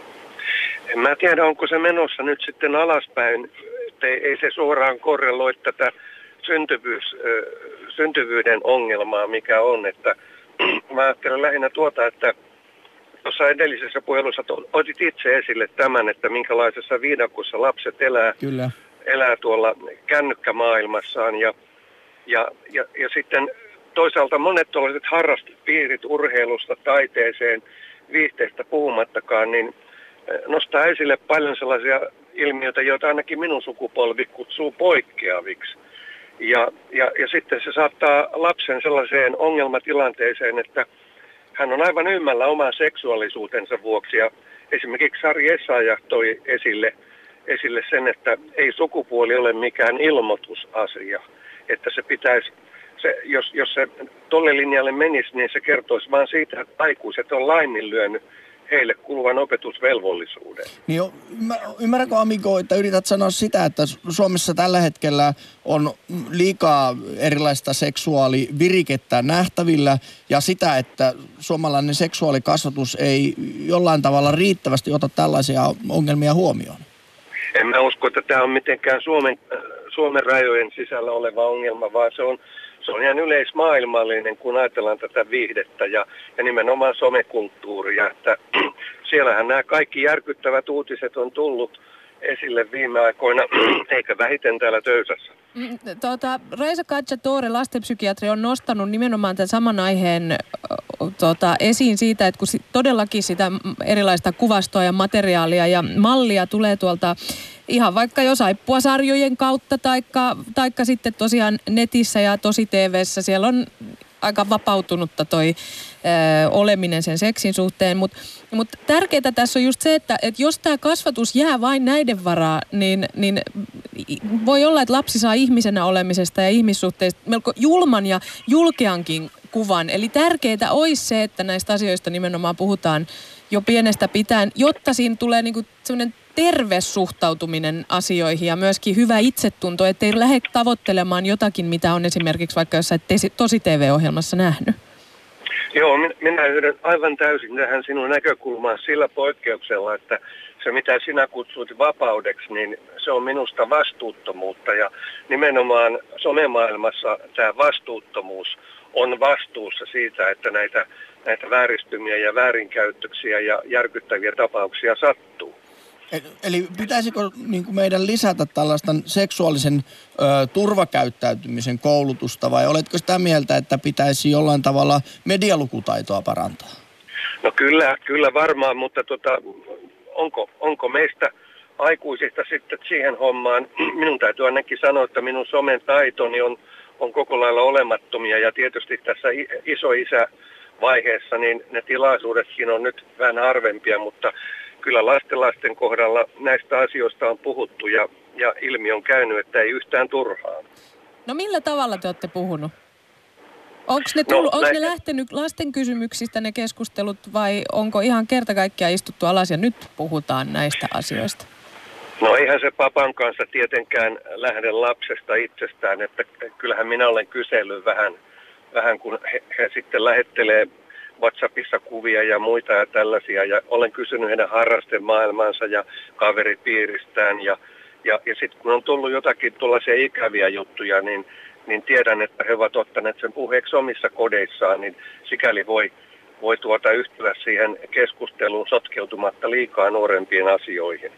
En mä tiedä, onko se menossa nyt sitten alaspäin. Ei, ei se suoraan korreloi tätä syntyvyys, syntyvyyden ongelmaa, mikä on. Että, mä ajattelen lähinnä tuota, että tuossa edellisessä puhelussa otit itse esille tämän, että minkälaisessa viidakossa lapset elää, Kyllä. elää tuolla kännykkämaailmassaan. Ja, ja, ja, ja sitten toisaalta monet tuollaiset harrastuspiirit urheilusta, taiteeseen, viihteestä puhumattakaan, niin nostaa esille paljon sellaisia ilmiöitä, joita ainakin minun sukupolvi kutsuu poikkeaviksi. Ja, ja, ja sitten se saattaa lapsen sellaiseen ongelmatilanteeseen, että hän on aivan ymmällä oman seksuaalisuutensa vuoksi. Ja esimerkiksi Sari Essayah toi esille, esille sen, että ei sukupuoli ole mikään ilmoitusasia. Että se pitäisi, se, jos, jos se tolle linjalle menisi, niin se kertoisi vaan siitä, että aikuiset on laiminlyönyt heille kuuluvan opetusvelvollisuuden. Niin ymmärrätkö, Amigo, että yrität sanoa sitä, että Suomessa tällä hetkellä on liikaa erilaista seksuaalivirikettä nähtävillä ja sitä, että suomalainen seksuaalikasvatus ei jollain tavalla riittävästi ota tällaisia ongelmia huomioon? En mä usko, että tämä on mitenkään Suomen, Suomen rajojen sisällä oleva ongelma, vaan se on Se on ihan yleismaailmallinen, kun ajatellaan tätä viihdettä ja, ja nimenomaan somekulttuuria, että siellähän nämä kaikki järkyttävät uutiset on tullut esille viime aikoina, eikä vähiten täällä Töysässä. Tuota, Raisa Cacciatore, lastenpsykiatri, on nostanut nimenomaan tämän saman aiheen tuota, esiin siitä, että kun todellakin sitä erilaista kuvastoa ja materiaalia ja mallia tulee tuolta ihan vaikka jo saippuasarjojen kautta, taikka, taikka sitten tosiaan netissä ja tosi T V:ssä, siellä on aika vapautunutta toi ö, oleminen sen seksin suhteen, mutta mut tärkeää tässä on just se, että et jos tämä kasvatus jää vain näiden varaa, niin, niin voi olla, että lapsi saa ihmisenä olemisesta ja ihmissuhteista melko julman ja julkeankin kuvan. Eli tärkeää olisi se, että näistä asioista nimenomaan puhutaan jo pienestä pitäen, jotta siinä tulee niinku semmoinen terve suhtautuminen asioihin ja myöskin hyvä itsetunto, ettei lähde tavoittelemaan jotakin, mitä on esimerkiksi vaikka jossain tosi T V-ohjelmassa nähnyt. Joo, minä yhdyn aivan täysin tähän sinun näkökulmaan sillä poikkeuksella, että se mitä sinä kutsut vapaudeksi, niin se on minusta vastuuttomuutta. Ja nimenomaan somemaailmassa tämä vastuuttomuus on vastuussa siitä, että näitä, näitä vääristymiä ja väärinkäytöksiä ja järkyttäviä tapauksia sattuu. Eli pitäisikö niin kuin meidän lisätä tällaista seksuaalisen ö, turvakäyttäytymisen koulutusta vai oletko sitä mieltä, että pitäisi jollain tavalla medialukutaitoa parantaa? No kyllä, kyllä varmaan, mutta tota, onko, onko meistä aikuisista sitten siihen hommaan? Minun täytyy ainakin sanoa, että minun somen taitoni on, on koko lailla olemattomia ja tietysti tässä isoisä-vaiheessa niin ne tilaisuudetkin on nyt vähän harvempia, mutta kyllä lastenlasten kohdalla näistä asioista on puhuttu ja, ja ilmi on käynyt, että ei yhtään turhaa. No millä tavalla te olette puhunut? Onko ne, tullut, no, onko ne lähtenyt lasten kysymyksistä ne keskustelut vai onko ihan kerta kaikkiaan istuttu alas ja nyt puhutaan näistä asioista? No eihän se papan kanssa tietenkään lähde lapsesta itsestään, että kyllähän minä olen kysellyt vähän, vähän kun he, he sitten lähettelee WhatsAppissa kuvia ja muita ja tällaisia ja olen kysynyt heidän harrastemaailmansa ja kaveripiiristään ja, ja, ja sitten kun on tullut jotakin tuollaisia ikäviä juttuja, niin niin tiedän, että he ovat ottaneet sen puheeksi omissa kodeissaan, niin sikäli voi, voi tuota yhtyä siihen keskusteluun sotkeutumatta liikaa nuorempien asioihin.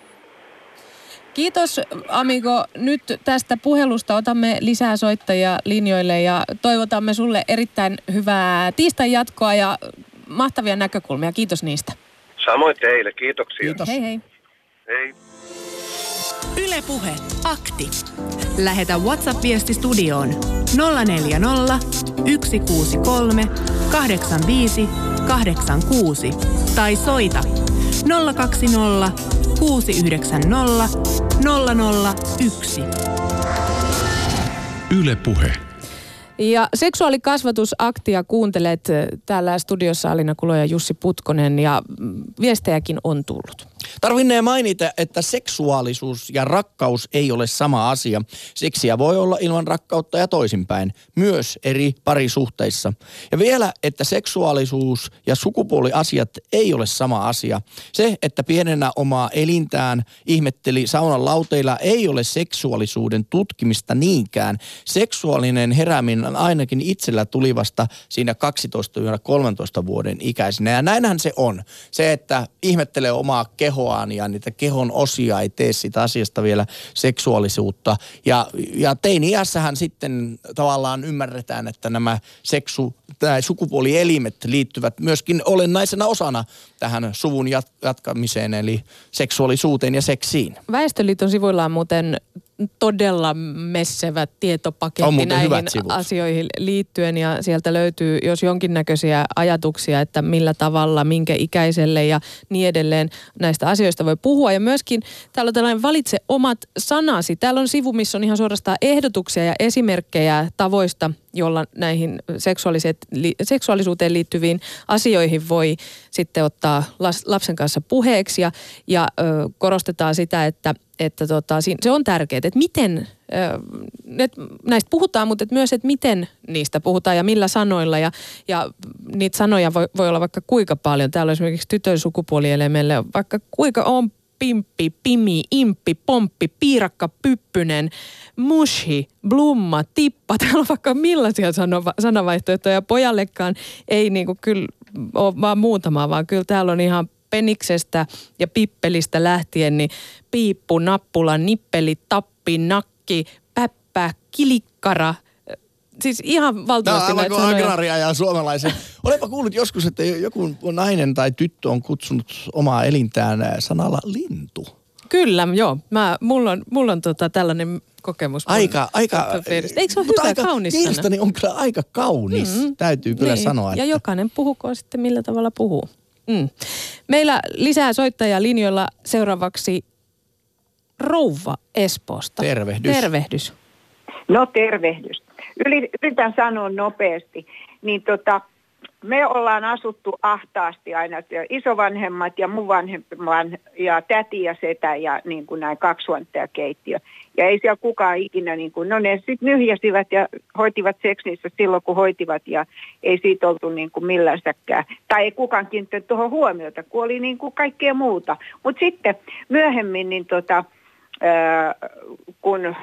Kiitos Amigo nyt tästä puhelusta. Otamme lisää soittajia linjoille ja toivotamme sulle erittäin hyvää tiistain jatkoa ja mahtavia näkökulmia. Kiitos niistä. Samoin teille. Kiitoksia. Kiitos. Hei hei. Hei. Yle Puhe. Akti. Lähetä WhatsApp-viesti studioon nolla neljä nolla, yksi kuusi kolme, kahdeksan viisi, kahdeksan kuusi tai soita nolla kaksi nolla, kuusi yhdeksän nolla, nolla nolla yksi. Yle Puhe. Ja seksuaalikasvatusaktia kuuntelet täällä studiossa Alina Kulo ja Jussi Putkonen ja viestejäkin on tullut. Tarvinnee mainita, että seksuaalisuus ja rakkaus ei ole sama asia. Seksiä voi olla ilman rakkautta ja toisinpäin, myös eri parisuhteissa. Ja vielä, että seksuaalisuus ja sukupuoliasiat ei ole sama asia. Se, että pienenä omaa elintään ihmetteli saunan lauteilla, ei ole seksuaalisuuden tutkimista niinkään. Seksuaalinen herääminen on ainakin itsellä tuli vasta siinä kaksitoista kolmetoista vuoden ikäisenä. Ja näinhän se on. Se, että ihmettelee omaa kehoaan ja niitä kehon osia ei tee siitä asiasta vielä seksuaalisuutta. Ja, ja teini-iässähän sitten tavallaan ymmärretään, että nämä seksu, tai sukupuolielimet liittyvät myöskin olennaisena osana tähän suvun jat- jatkamiseen, eli seksuaalisuuteen ja seksiin. Väestöliiton sivuilla on muuten todella messevä tietopaketti näihin asioihin liittyen ja sieltä löytyy jos jonkinnäköisiä ajatuksia, että millä tavalla, minkä ikäiselle ja niin edelleen näistä asioista voi puhua. Ja myöskin täällä on tällainen valitse omat sanasi. Täällä on sivu, missä on ihan suorastaan ehdotuksia ja esimerkkejä tavoista, jolla näihin seksuaalisuuteen liittyviin asioihin voi sitten ottaa lapsen kanssa puheeksi ja, ja ö, korostetaan sitä, että Että tota, se on tärkeää, että miten, että näistä puhutaan, mutta että myös, että miten niistä puhutaan ja millä sanoilla. Ja, ja niitä sanoja voi, voi olla vaikka kuinka paljon. Täällä on esimerkiksi tytön sukupuolielimelle vaikka kuinka on pimppi, pimi, imppi, pomppi, piirakka, pyppynen, mushi, blumma, tippa. Täällä on vaikka millaisia sanova, sanavaihtoehtoja. Pojallekaan ei niinku kyllä ole vaan muutama, vaan kyllä täällä on ihan peniksestä ja pippelistä lähtien, niin piippu, nappula, nippeli, tappi, nakki, päppä, kilikkara. Siis ihan valtavasti no, näitä sanoja. Agraria ja suomalaisen. Olepa kuullut joskus, että joku nainen tai tyttö on kutsunut omaa elintään sanalla lintu. Kyllä, joo. Mä, mulla on, mulla on tota tällainen kokemus. Aika, aika. Eikö se ole hyvä, aika, kaunis sana? Mielestäni on kyllä aika kaunis, mm-hmm. täytyy kyllä niin. sanoa. Ja että jokainen puhukoon sitten millä tavalla puhuu. Mm. Meillä lisää soittajia linjoilla seuraavaksi Rouva Espoosta. Tervehdys. Tervehdys. No tervehdys. Yritän sanoa nopeasti. Niin tota, me ollaan asuttu ahtaasti aina, isovanhemmat ja mun vanhemman ja täti ja setä ja niin kuin näin kaksihuonekeittiö. Ja ei siellä kukaan ikinä, niin kuin, no ne sitten nyhjäsivät ja hoitivat seksissä silloin kun hoitivat ja ei siitä oltu niin kuin millänsäkään. Tai ei kukaan kiinnittänyt tuohon huomiota, kun oli niin kuin kaikkea muuta. Mutta sitten myöhemmin, niin tota, ää, kun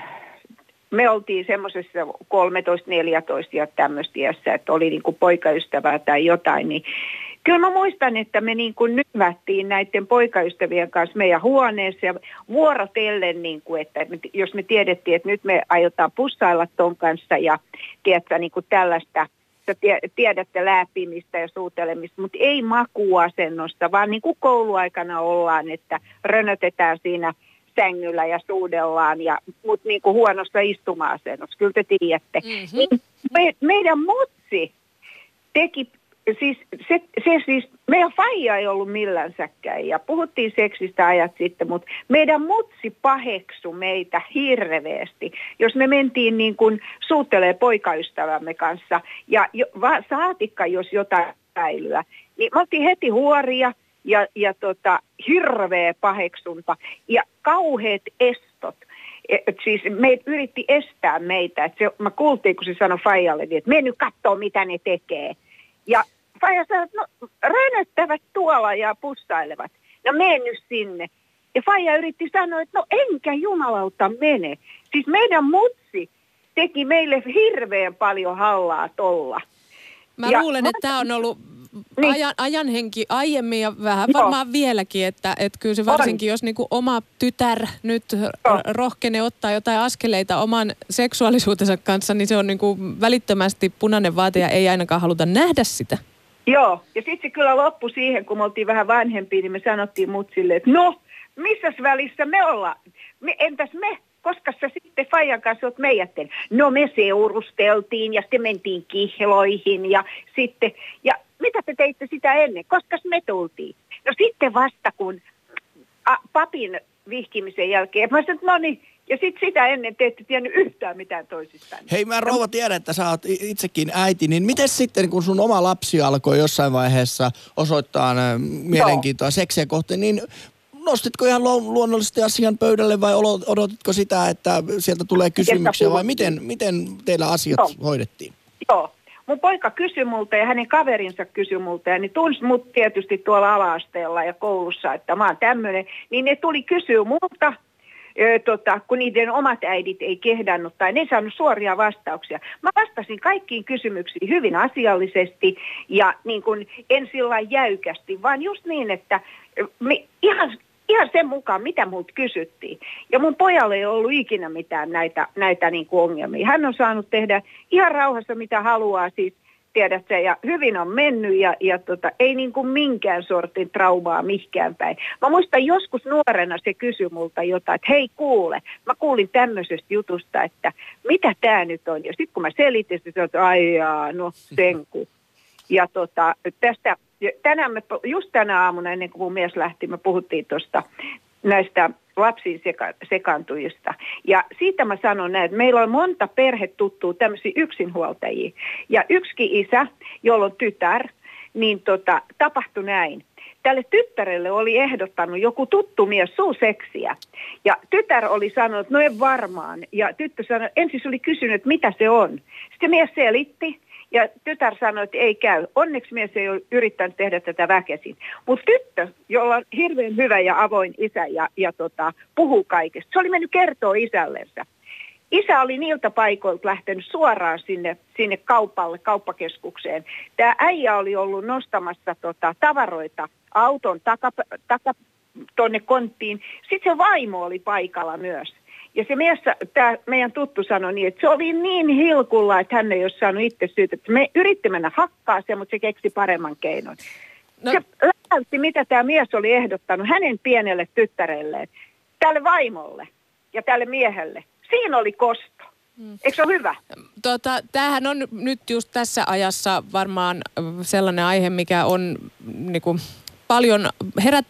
me oltiin semmoisessa kolmetoista neljätoista ja tämmöistä iässä, että oli niin kuin poikaystävää tai jotain, niin kyllä mä muistan, että me niin kuin nyvättiin näiden poikaystävien kanssa meidän huoneessa ja vuorotellen, niin kuin, että jos me tiedettiin, että nyt me aiotaan pussailla ton kanssa ja tiedätkö, niin kuin tällaista, sä tiedätte läpimistä ja suutelemista, mutta ei makuasennosta, vaan niin kuin kouluaikana ollaan, että rönötetään siinä sängyllä ja suudellaan, ja, mutta niin kuin huonossa istuma-asennossa, kyllä te tiedätte. Mm-hmm. Niin me, meidän mutsi teki, siis, se, se siis, meidän faija ei ollut millänsäkään, ja puhuttiin seksistä ajat sitten, mutta meidän mutsi paheksui meitä hirveästi, jos me mentiin niin kuin suutelee poikaystävämme kanssa, ja jo, va, saatikka jos jotain päilyä, niin me oltiin heti huoria, Ja, ja tota, hirveä paheksunta ja kauheat estot. Et siis me yritti estää meitä. Et se, mä kuultiin, kun se sanoi faijalle, että mene nyt kattoo, mitä ne tekee. Ja faija sanoi, että no rönöttävät tuolla ja pussailevat. No mene nyt sinne. Ja faija yritti sanoa, että no enkä jumalauta mene. Siis meidän mutsi teki meille hirveän paljon hallaa tolla. Mä ja luulen, että tämä on ollut niin. ajan, ajanhenki aiemmin ja vähän Joo. varmaan vieläkin, että, että kyllä se varsinkin, on. jos niinku oma tytär nyt Joo. rohkenee ottaa jotain askeleita oman seksuaalisuutensa kanssa, niin se on niinku välittömästi punainen vaate ja ei ainakaan haluta nähdä sitä. Joo, ja sitten se kyllä loppui siihen, kun me oltiin vähän vanhempia, niin me sanottiin mutsille, että no, missäs välissä me ollaan? Me, entäs me? Koska sä sitten faijan kanssa oot meijätten? No me seurusteltiin ja sitten mentiin kihloihin ja sitten, ja mitä te teitte sitä ennen? Koska me tultiin? No sitten vasta kun a, papin vihkimisen jälkeen, mä sanoin, no niin, ja sitten sitä ennen te ette tiennyt yhtään mitään toisistaan. Hei, mä rouva tiedän, että sä oot itsekin äiti, niin miten sitten, kun sun oma lapsi alkoi jossain vaiheessa osoittaa mielenkiintoa no. seksiä kohteen, niin nostitko ihan luonnollisesti asian pöydälle vai odotitko sitä, että sieltä tulee kysymyksiä vai miten, miten teillä asiat no. hoidettiin? Joo. Mun poika kysyi multa ja hänen kaverinsa kysyi multa ja ne tunsi mut tietysti tuolla ala-asteella ja koulussa, että mä oon tämmöinen. Niin ne tuli kysyä multa, ö, tota, kun niiden omat äidit ei kehdannut tai ne ei saanut suoria vastauksia. Mä vastasin kaikkiin kysymyksiin hyvin asiallisesti ja niin kun en sillä jäykästi, vaan just niin, että me, ihan... Ihan sen mukaan, mitä multa kysyttiin. Ja mun pojalle ei ollut ikinä mitään näitä, näitä niin kuin ongelmia. Hän on saanut tehdä ihan rauhassa, mitä haluaa, siis tiedät sä, ja hyvin on mennyt ja, ja tota, ei niin kuin minkään sortin traumaa mihkään päin. Mä muistan joskus nuorena se kysyi multa jotain, että hei kuule, mä kuulin tämmöisestä jutusta, että mitä tää nyt on. Ja sitten kun mä selitin, se että ai jaa, no senku. Ja tota, tästä... Tänään me, just tänä aamuna, ennen kuin mun mies lähti, me puhuttiin tuosta näistä lapsiin seka, sekaantujista. Ja siitä mä sanon näin, että meillä on monta perhetuttua tämmöisiä yksinhuoltajia. Ja yksikin isä, jolla on tytär, niin tota, tapahtui näin. Tälle tyttärelle oli ehdottanut joku tuttu mies suuseksiä. Ja tytär oli sanonut, no en varmaan. Ja tyttö sanoi, ensin oli kysynyt, että mitä se on. Sitten mies selitti. Ja tytär sanoi, että ei käy. Onneksi mies ei ole yrittänyt tehdä tätä väkesin. Mutta tyttö, jolla on hirveän hyvä ja avoin isä ja, ja tota, puhuu kaikesta, se oli mennyt kertoa isällensä. Isä oli niiltä paikoilta lähtenyt suoraan sinne, sinne kaupalle, kauppakeskukseen. Tämä äijä oli ollut nostamassa tota, tavaroita auton taka, taka, tuonne konttiin. Sitten se vaimo oli paikalla myös. Ja se mies, tämä meidän tuttu sanoi niin, että se oli niin hilkulla, että hän ei ole saanut itse syytä. Me yritti mennä hakkaaseen, mutta se keksi paremman keinon. No. Se lähti, mitä tämä mies oli ehdottanut hänen pienelle tyttärelleen, tälle vaimolle ja tälle miehelle. Siinä oli kosto. Hmm. Eikö se ole hyvä? Tota, tämähän on nyt just tässä ajassa varmaan sellainen aihe, mikä on niin kuin paljon herättänyt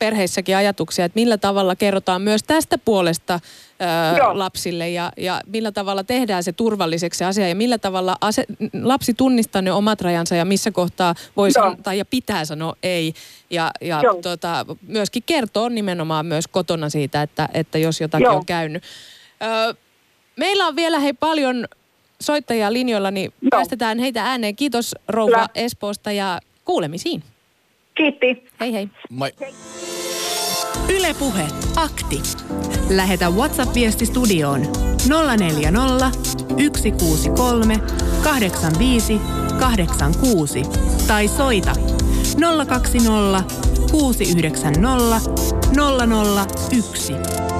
perheissäkin ajatuksia, että millä tavalla kerrotaan myös tästä puolesta ää, lapsille ja, ja millä tavalla tehdään se turvalliseksi se asia ja millä tavalla ase, lapsi tunnistaa ne omat rajansa ja missä kohtaa voi sanoa tai ja pitää sanoa ei. Ja, ja tota, myöskin kertoo nimenomaan myös kotona siitä, että, että jos jotakin Joo. on käynyt. Öö, meillä on vielä hei paljon soittajia linjoilla, niin Joo. päästetään heitä ääneen. Kiitos rouva Kyllä. Espoosta ja kuulemisiin. Kiitti. Hei hei. Moi. Yle Puhe. Akti. Lähetä WhatsApp-viesti studioon nolla neljä nolla, yksi kuusi kolme, kahdeksan viisi, kahdeksan kuusi tai soita nolla kaksi nolla, kuusi yhdeksän nolla, nolla nolla yksi.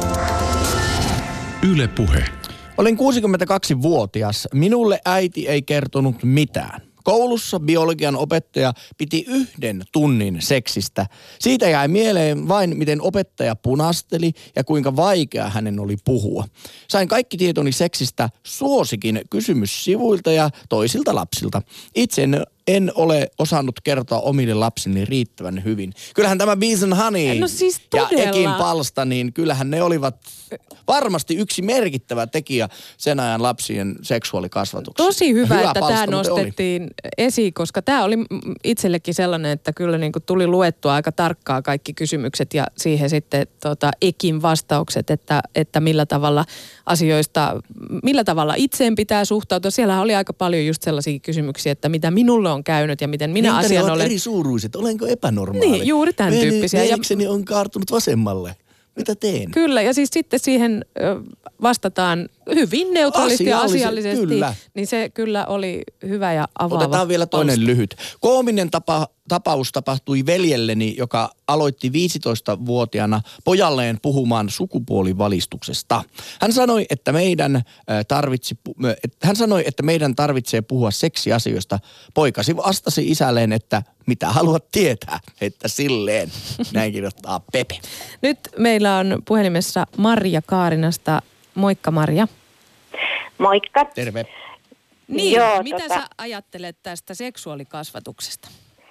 Yle Puhe. Olin kuusikymmentäkaksivuotias. Minulle äiti ei kertonut mitään. Koulussa biologian opettaja piti yhden tunnin seksistä. Siitä jäi mieleen vain, miten opettaja punasteli ja kuinka vaikea hänen oli puhua. Sain kaikki tietoni seksistä suosikin kysymyssivuilta ja toisilta lapsilta. Itse en, en ole osannut kertoa omille lapsille riittävän hyvin. Kyllähän tämä Bees and Honey no siis ja Ekin palsta, niin kyllähän ne olivat varmasti yksi merkittävä tekijä sen ajan lapsien seksuaalikasvatuksessa. Tosi hyvä, hyvä että palsta, tämä nostettiin oli. esiin, koska tämä oli itsellekin sellainen, että kyllä niin kuin tuli luettua aika tarkkaa kaikki kysymykset ja siihen sitten tota, Ekin vastaukset, että, että millä tavalla asioista, millä tavalla itseen pitää suhtautua. Siellä oli aika paljon just sellaisia kysymyksiä, että mitä minulle on käynyt ja miten minä Niintä asian ne olen. eri suuruiset, olenko epänormaali? Niin, juuri tämän Veli, tyyppisiä. Veljkseni on kaartunut vasemmalle. Mitä teen? Kyllä, ja siis sitten siihen vastataan hyvin neutraalisti ja asiallisesti. Kyllä. Niin se kyllä oli hyvä ja avaava. Otetaan vielä toinen palsta. lyhyt. Koominen tapa, tapaus tapahtui veljelleni, joka aloitti viisitoistavuotiaana pojalleen puhumaan sukupuolivalistuksesta. Hän sanoi, että meidän tarvitsi, hän sanoi, että meidän tarvitsee puhua seksiasioista. Poikasi vastasi isälleen, että mitä haluat tietää, että silleen. Näin kirjoittaa Pepe. Nyt meillä on puhelimessa Marja Kaarinasta. Moikka Marja. Moikka. Terve. Niin, Joo, mitä tota... sä ajattelet tästä seksuaalikasvatuksesta?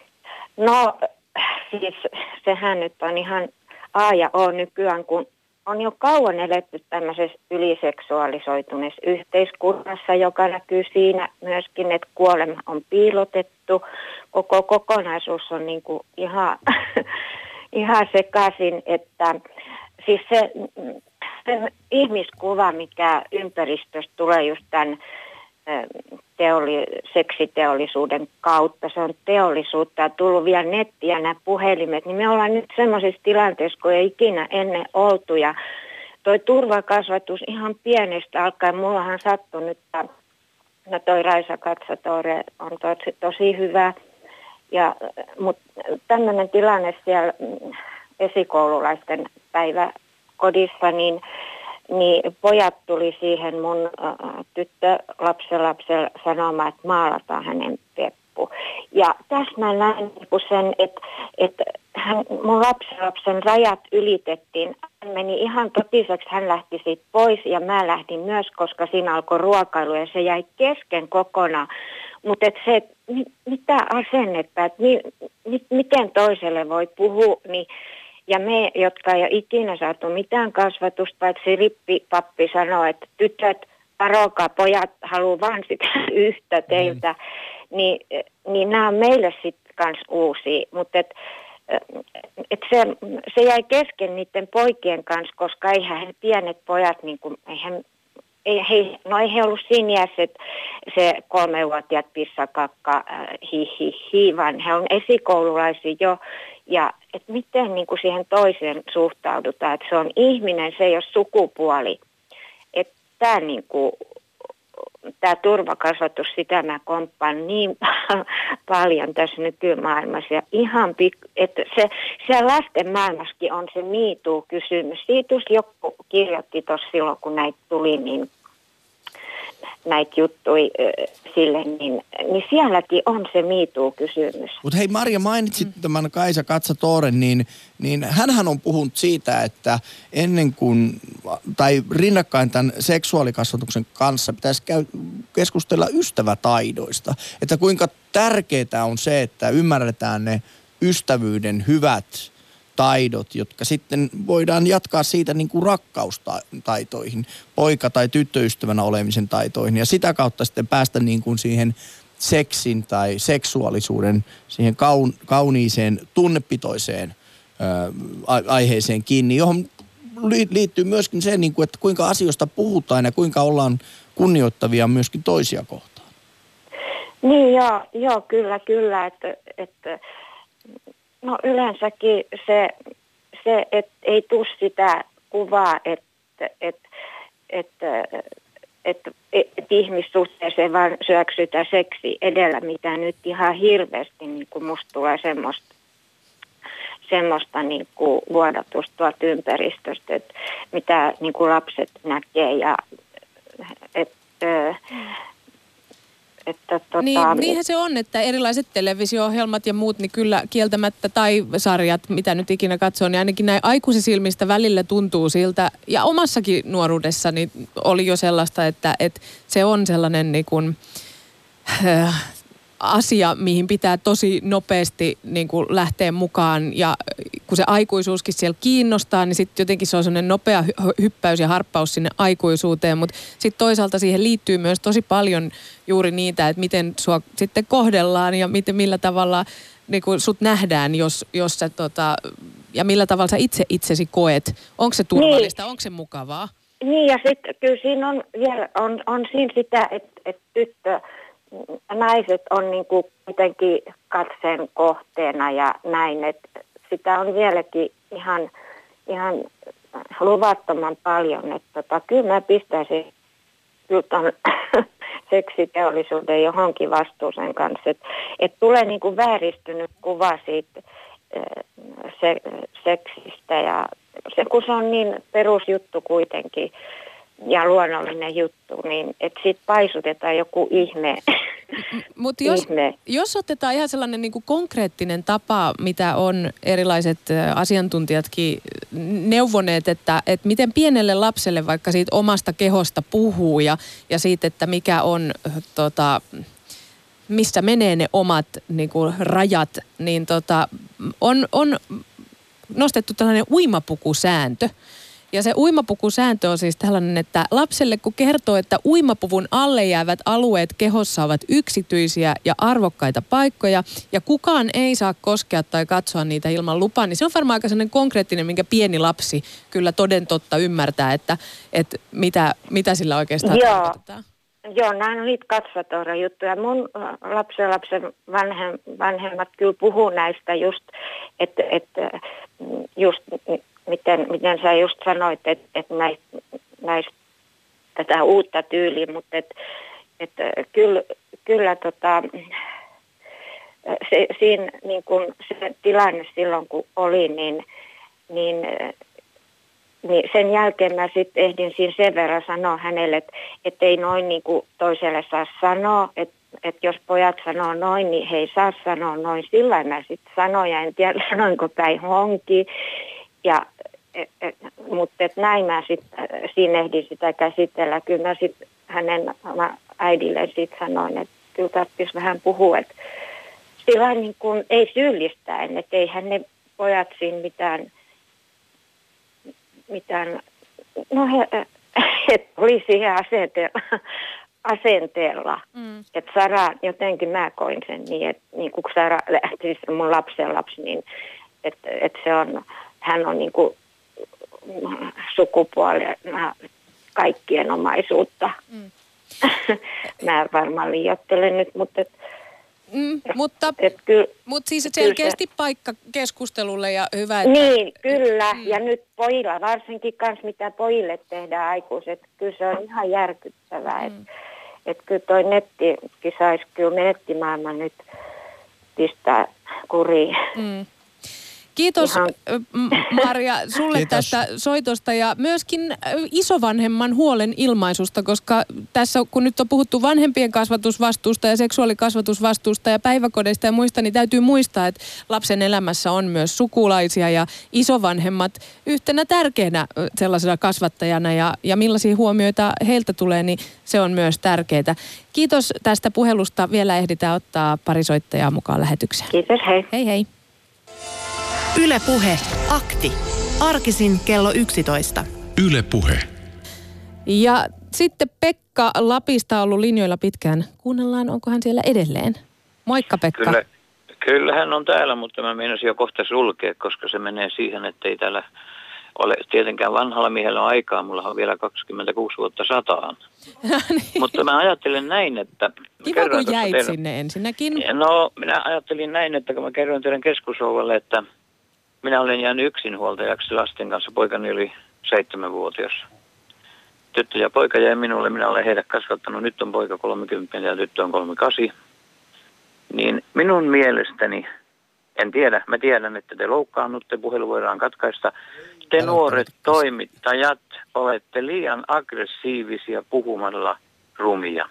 No siis sehän nyt on ihan A ja O nykyään, kun on jo kauan eletty tämmöisessä yliseksuaalisoituneessa yhteiskunnassa, joka näkyy siinä myöskin, että kuolema on piilotettu. Koko kokonaisuus on niin kuin ihan, ihan sekaisin, että siis se, se ihmiskuva, mikä ympäristöstä tulee just tämän teoli, seksiteollisuuden kautta, se on teollisuutta ja tullut vielä netti ja nämä puhelimet, niin me ollaan nyt semmoisessa tilanteessa, kun ei ikinä ennen oltu ja toi turvakasvatus ihan pienestä alkaen, mullahan sattui nyt, no toi Raisa Katsatore on tosi, tosi hyvä, ja, mutta tämmöinen tilanne siellä esikoululaisten päiväkodissa, niin niin pojat tuli siihen mun äh, tyttö lapsenlapselle sanomaan, että maalataan hänen peppu. Ja tässä mä näin sen, että, että hän, mun lapsenlapsen rajat ylitettiin. Hän meni ihan totiseksi, hän lähti siitä pois ja mä lähdin myös, koska siinä alkoi ruokailu ja se jäi kesken kokonaan. Mutta se, että mitä asennetta, että mi, mi, miten toiselle voi puhua, niin ja me, jotka ei ole ikinä saatu mitään kasvatusta, paitsi rippipappi sanoo, että tytöt, varokaa, pojat haluaa vaan sitä yhtä teiltä, mm. niin, niin nämä on meille sitten kans uusia. Mutta et, et se, se jäi kesken niiden poikien kanssa, koska eihän he pienet pojat, niin kuin, eihän, ei, he, no ei he ollut siinä iässä, että se kolmevuotiaat pissakakka, äh, hi hi hi, vaan he on esikoululaisia jo. Ja että miten niin kuin siihen toiseen suhtaudutaan, että se on ihminen, se ei ole sukupuoli. Että tämä niin kuin, tämä turvakasvatus, sitä mä komppaan niin paljon tässä nykymaailmassa. Ja ihan pik- että se, se lasten maailmassakin on se Me Too-kysymys. Siitä joku kirjoitti tuossa silloin, kun näitä tuli, niin näitä juttuja äh, sille, niin, niin sielläkin on se Me Too-kysymys. Mutta hei Marja, mainitsit mm. tämän Kaisa Katsatoren, niin, niin hänhän on puhunut siitä, että ennen kuin, tai rinnakkain tämän seksuaalikasvatuksen kanssa pitäisi käy, keskustella ystävätaidoista. Että kuinka tärkeää on se, että ymmärretään ne ystävyyden hyvät taidot, jotka sitten voidaan jatkaa siitä niin kuin rakkaustaitoihin, poika- tai tyttöystävänä olemisen taitoihin ja sitä kautta sitten päästä niin kuin siihen seksin tai seksuaalisuuden, siihen kaun, kauniiseen, tunnepitoiseen ää, aiheeseen kiinni, johon liittyy myöskin se, niin kuin, että kuinka asioista puhutaan ja kuinka ollaan kunnioittavia myöskin toisia kohtaan. Niin joo, joo kyllä, kyllä, että, että no yleensäkin se, se että ei tule sitä kuvaa, että, että, että, että, että ihmissuhteeseen vaan syöksytään seksi edellä, mitä nyt ihan hirveästi niin kuin musta tulee semmoista, semmoista niin kuin vuodatusta tuolta ympäristöstä, että mitä niin kuin lapset näkee ja että Että, tota, niin, niinhän se on, että erilaiset televisio-ohjelmat ja muut, niin kyllä kieltämättä, tai sarjat, mitä nyt ikinä katsoo, niin ainakin näin aikuisisilmistä välillä tuntuu siltä, ja omassakin nuoruudessani oli jo sellaista, että, että se on sellainen niin kuin, äh, asia, mihin pitää tosi nopeasti niin kuin lähteä mukaan, ja kun se aikuisuuskin siellä kiinnostaa, niin sitten jotenkin se on sellainen nopea hyppäys ja harppaus sinne aikuisuuteen, mutta sitten toisaalta siihen liittyy myös tosi paljon juuri niitä, että miten sua sitten kohdellaan ja miten, millä tavalla niin kuin sut nähdään, jos, jos sä, tota, ja millä tavalla sä itse itsesi koet. Onko se turvallista, niin. Onko se mukavaa? Niin, ja sitten kyllä siinä on vielä, on, on siinä sitä, että, että tyttö, naiset on niin kuin jotenkin katseen kohteena ja näin, että sitä on vieläkin ihan, ihan luvattoman paljon, että tota, kyllä mä pistäisin kyllä ton seksiteollisuuden johonkin vastuuseen kanssa, että et tulee niin kuin vääristynyt kuva siitä se, seksistä ja se, kun se on niin perusjuttu kuitenkin ja luonnollinen juttu, niin että siitä paisutetaan joku ihme. Mutta jos, jos otetaan ihan sellainen niin kuin konkreettinen tapa, mitä on erilaiset asiantuntijatkin neuvoneet, että, että miten pienelle lapselle vaikka siitä omasta kehosta puhuu ja, ja siitä, että mikä on, tota, missä menee ne omat niin kuin rajat, niin tota, on, on nostettu tällainen uimapukusääntö. Ja se uimapukusääntö on siis tällainen, että lapselle kun kertoo, että uimapuvun alle jäävät alueet kehossa ovat yksityisiä ja arvokkaita paikkoja ja kukaan ei saa koskea tai katsoa niitä ilman lupaa, niin se on varmaan aika sellainen konkreettinen, minkä pieni lapsi kyllä toden totta ymmärtää, että, että mitä, mitä sillä oikeastaan Joo. tarkoitetaan. Joo, nämä on niitä katsotorajuttuja. Mun lapsen lapsen vanhem, vanhemmat kyllä puhuu näistä just, että, että just miten, miten sä just sanoit, että, että näistä, näistä tätä uutta tyyliä, mutta että, että kyllä, kyllä tota, se, siinä niin kun se tilanne silloin kun oli, niin, niin Niin sen jälkeen mä sitten ehdin siinä sen verran sanoa hänelle, että et ei noin niin kuin toiselle saa sanoa, että et jos pojat sanoo noin, niin he ei saa sanoa noin. Sillä mä sitten sanoin ja en tiedä sanoinko päin honki. Ja, et, et, mutta et näin mä sitten siinä ehdin sitä käsitellä. Kyllä mä sitten hänen äidille sitten sanoin, että kyllä tarvitsisi vähän puhua, että sillä niin kuin ei syyllistäen, että eihän ne pojat siinä mitään... mitään, no he, he oli siihen asenteella, asenteella. Mm. että Sara, jotenkin mä koin sen niin, että niin kuin Sara lähti mun lapsen lapsi, niin että, että se on, hän on niin kuin sukupuolena kaikkien omaisuutta. Mm. Mä varmaan liioittelen nyt, mutta... Et, Mm, mutta, mutta siis selkeästi se, paikka keskustelulle ja hyvä, että... Niin, kyllä. Mm. Ja nyt pojilla, varsinkin kanssa mitä pojille tehdään aikuiset, kyllä se on ihan järkyttävää. Mm. Että et kyllä toi nettikin saisi kyllä nettimaailma nyt pistää kuriin. Mm. Kiitos Ihan. Marja sulle Kiitos. Tästä soitosta ja myöskin isovanhemman huolen ilmaisusta, koska tässä kun nyt on puhuttu vanhempien kasvatusvastuusta ja seksuaalikasvatusvastuusta ja päiväkodeista ja muista, niin täytyy muistaa, että lapsen elämässä on myös sukulaisia ja isovanhemmat yhtenä tärkeänä sellaisena kasvattajana ja, ja millaisia huomioita heiltä tulee, niin se on myös tärkeää. Kiitos tästä puhelusta. Vielä ehditään ottaa pari soittajaa mukaan lähetykseen. Kiitos, hei. Hei hei. Yle Puhe. Akti. Arkisin kello yksitoista. Yle Puhe. Ja sitten Pekka Lapista on ollut linjoilla pitkään. Kuunnellaan, onko hän siellä edelleen. Moikka Pekka. Kyllä, kyllä hän on täällä, mutta mä meinasin jo kohta sulkea, koska se menee siihen, että ei täällä ole tietenkään vanhalla miehellä aikaa. Mulla on vielä kaksikymmentäkuusi vuotta sataan. niin. Mutta mä ajattelen näin, että... Kiva, kun jäit teidän... sinne ensinnäkin. No, minä ajattelin näin, että kun mä kerroin teidän keskusrouvalle, että minä olen jäänyt yksinhuoltajaksi lasten kanssa. Poikani oli seitsemänvuotias. Tyttö ja poika jäi minulle, minä olen heidät kasvattanut. Nyt on poika kolmekymmentä ja tyttö on kolmekymmentäkahdeksan. Niin minun mielestäni, en tiedä, mä tiedän, että te loukkaannutte, puhelu voidaan katkaista. Te nuoret toimittajat olette liian aggressiivisia puhumalla rumia.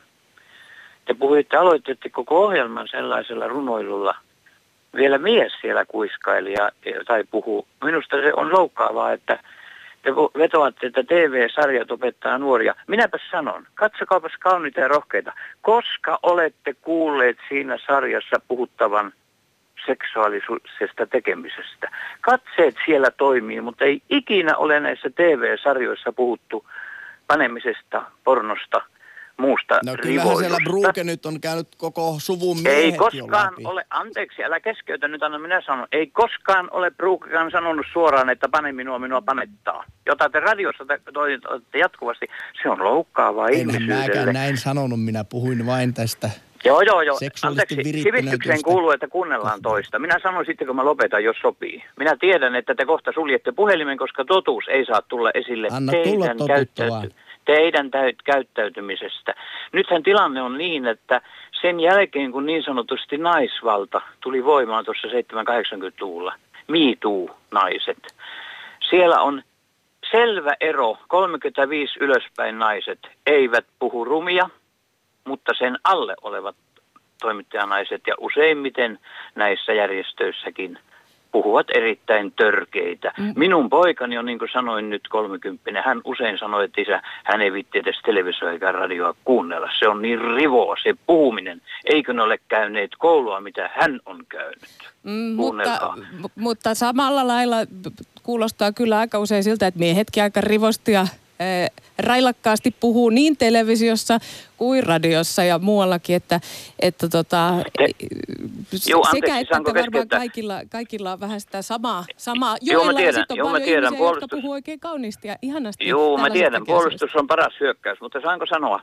Te puhuitte, aloititte koko ohjelman sellaisella runoilulla. Vielä mies siellä kuiskaili ja, tai puhuu. Minusta se on loukkaavaa, että te vetoatte, että T V-sarjat opettaa nuoria. Minäpä sanon, katsokaapas kauniita ja rohkeita. Koska olette kuulleet siinä sarjassa puhuttavan seksuaalisuudesta tekemisestä? Katseet siellä toimii, mutta ei ikinä ole näissä T V-sarjoissa puhuttu panemisesta, pornosta, muusta no kyllähän siellä Bruke nyt on käynyt koko suvun miehet Ei koskaan ole, anteeksi, älä keskeytä nyt, anna minä sanon, ei koskaan ole Brukekaan sanonut suoraan, että pane minua, minua panettaa. Jota te radiossa toivotte jatkuvasti, se on loukkaavaa ihmisyydelle. Enhän mäkään näin sanonut, minä puhuin vain tästä Joo, joo, joo. Anteeksi, sivistykseen kuuluu, että kuunnellaan toista. Minä sanon sitten, kun mä lopetan, jos sopii. Minä tiedän, että te kohta suljette puhelimen, koska totuus ei saa tulla esille Anna teidän, tulla käyttäyty- teidän täyt- käyttäytymisestä. Nythän tilanne on niin, että sen jälkeen, kun niin sanotusti naisvalta tuli voimaan tuossa seitsemänkymmentä-kahdeksankymmentäluvulla, Me Too-naiset, siellä on selvä ero, kolmekymmentäviisi ylöspäin naiset eivät puhu rumia, mutta sen alle olevat toimittajanaiset ja useimmiten näissä järjestöissäkin puhuvat erittäin törkeitä. Mm. Minun poikani on, niin kuin sanoin, nyt kolmekymppinen. Hän usein sanoi, että isä, hän ei vitti edes televisio eikä radioa kuunnella. Se on niin rivoa, se puhuminen. Eikö ne ole käyneet koulua, mitä hän on käynyt? Mm, mutta, mutta samalla lailla kuulostaa kyllä aika usein siltä, että miehetkin aika rivostia railakkaasti puhuu niin televisiossa kuin radiossa ja muuallakin, että, että tota, Te, juu, sekä anteeksi, että varmaan kaikilla, kaikilla on vähän sitä samaa. samaa. Joo, mä tiedän, on joo, paljon mä tiedän, ihmisiä, puolustus... jotka puhuu oikein kauniisti ja ihanasti. Joo, mä tiedän, puolustus on paras hyökkäys, mutta saanko sanoa?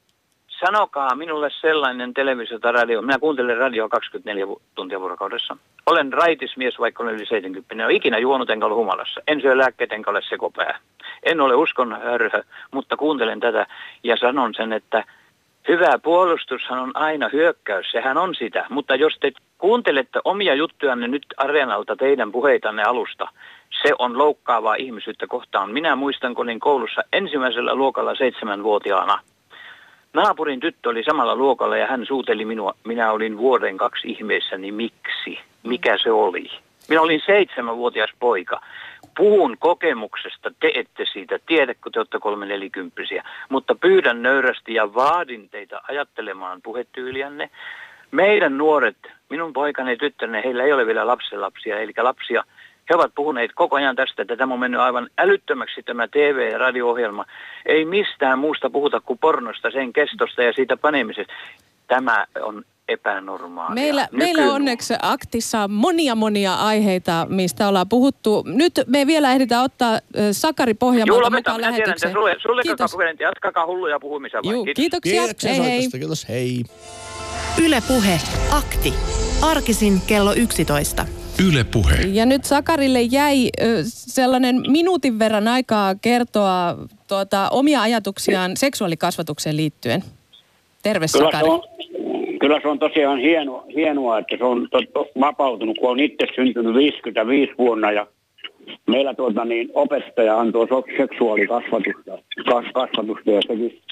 Sanokaa minulle sellainen televisio tai radio. Minä kuuntelen radioa kaksikymmentäneljä tuntia vuorokaudessa. Olen raitismies, vaikka olen yli seitsemänkymmentä. En ole ikinä juonut enkä ole humalassa. En syö lääkkeet enkä ole sekopää. En ole uskon hörhö, mutta kuuntelen tätä ja sanon sen, että hyvä puolustushan on aina hyökkäys. Sehän on sitä. Mutta jos te kuuntelette omia juttujanne nyt areenalta teidän puheitanne alusta, se on loukkaavaa ihmisyyttä kohtaan. Minä muistan, kun olin koulussa ensimmäisellä luokalla seitsemänvuotiaana. Naapurin tyttö oli samalla luokalla ja hän suuteli minua. Minä olin vuoden kaksi ihmeessä, niin miksi? Mikä se oli? Minä olin seitsemänvuotias poika. Puhun kokemuksesta, te ette siitä tiedä, kun te olette kolme nelikymppisiä. Mutta pyydän nöyrästi ja vaadin teitä ajattelemaan puhetyyliänne. Meidän nuoret, minun poikani ja tyttäreni, heillä ei ole vielä lapsenlapsia, eli lapsia. He ovat puhuneet koko ajan tästä, että tämä on mennyt aivan älyttömäksi tämä T V- ja radio-ohjelma. Ei mistään muusta puhuta kuin pornosta, sen kestosta ja siitä panemisesta. Tämä on epänormaalia. Meillä, meillä onneksi Aktissa monia monia aiheita, mistä ollaan puhuttu. Nyt me vielä ehditään ottaa Sakari Pohjanmaalta mukaan lähetykseen. Sulle, sulle puheen, jatkakaa hulluja puhumisia vai. Juu, kiitoksia. Kiitoksia hei, hei. Kiitos, hei. Yle Puhe. Akti. Arkisin kello yksitoista. Yle Puhe. Ja nyt Sakarille jäi ö, sellainen minuutin verran aikaa kertoa tuota, omia ajatuksiaan seksuaalikasvatukseen liittyen. Terve, kyllä Sakari. Se on, kyllä se on tosiaan hienoa, hienoa että se on to, vapautunut, kun on itse syntynyt viisikymmentäviisi vuonna ja meillä tuota, niin, opettaja antoi seksuaalikasvatusta kas, kasvatusta ja sekin,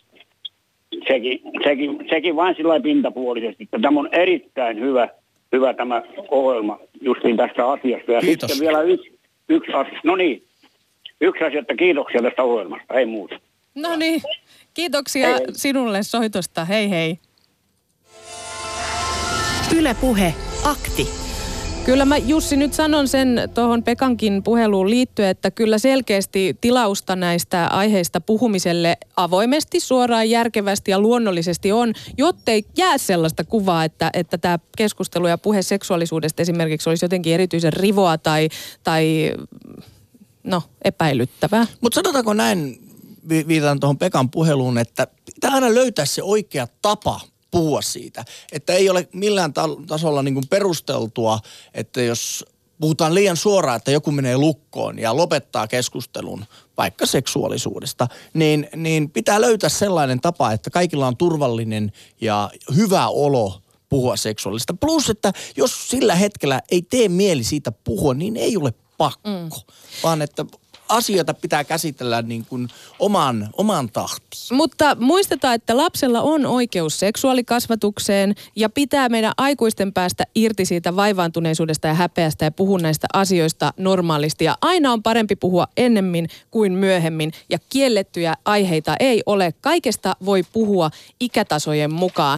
sekin, sekin, sekin vain sillä lailla pintapuolisesti, että tämä on erittäin hyvä. Hyvä tämä ohjelma justiin tästä asiasta. Ja Kiitos. sitten vielä yksi, yksi asia. No niin, yksi asia, että kiitoksia tästä ohjelmasta, ei muuta. No niin, kiitoksia hei, hei. sinulle soitosta. Hei hei. Yle Puhe. Akti. Kyllä mä Jussi nyt sanon sen tuohon Pekankin puheluun liittyen, että kyllä selkeästi tilausta näistä aiheista puhumiselle avoimesti, suoraan, järkevästi ja luonnollisesti on, jottei jää sellaista kuvaa, että, että tämä keskustelu ja puhe seksuaalisuudesta esimerkiksi olisi jotenkin erityisen rivoa tai, tai no, epäilyttävää. Mutta sanotaanko näin, vi- viitaan tuohon Pekan puheluun, että pitää aina löytää se oikea tapa puhua siitä. Että ei ole millään ta- tasolla niin kuin perusteltua, että jos puhutaan liian suoraan, että joku menee lukkoon ja lopettaa keskustelun vaikka seksuaalisuudesta, niin, niin pitää löytää sellainen tapa, että kaikilla on turvallinen ja hyvä olo puhua seksuaalista. Plus, että jos sillä hetkellä ei tee mieli siitä puhua, niin ei ole pakko, mm. vaan että asioita pitää käsitellä niin kuin oman, oman tahtiin. Mutta muistetaan, että lapsella on oikeus seksuaalikasvatukseen ja pitää meidän aikuisten päästä irti siitä vaivaantuneisuudesta ja häpeästä ja puhua näistä asioista normaalisti. Ja aina on parempi puhua ennemmin kuin myöhemmin ja kiellettyjä aiheita ei ole. Kaikesta voi puhua ikätasojen mukaan.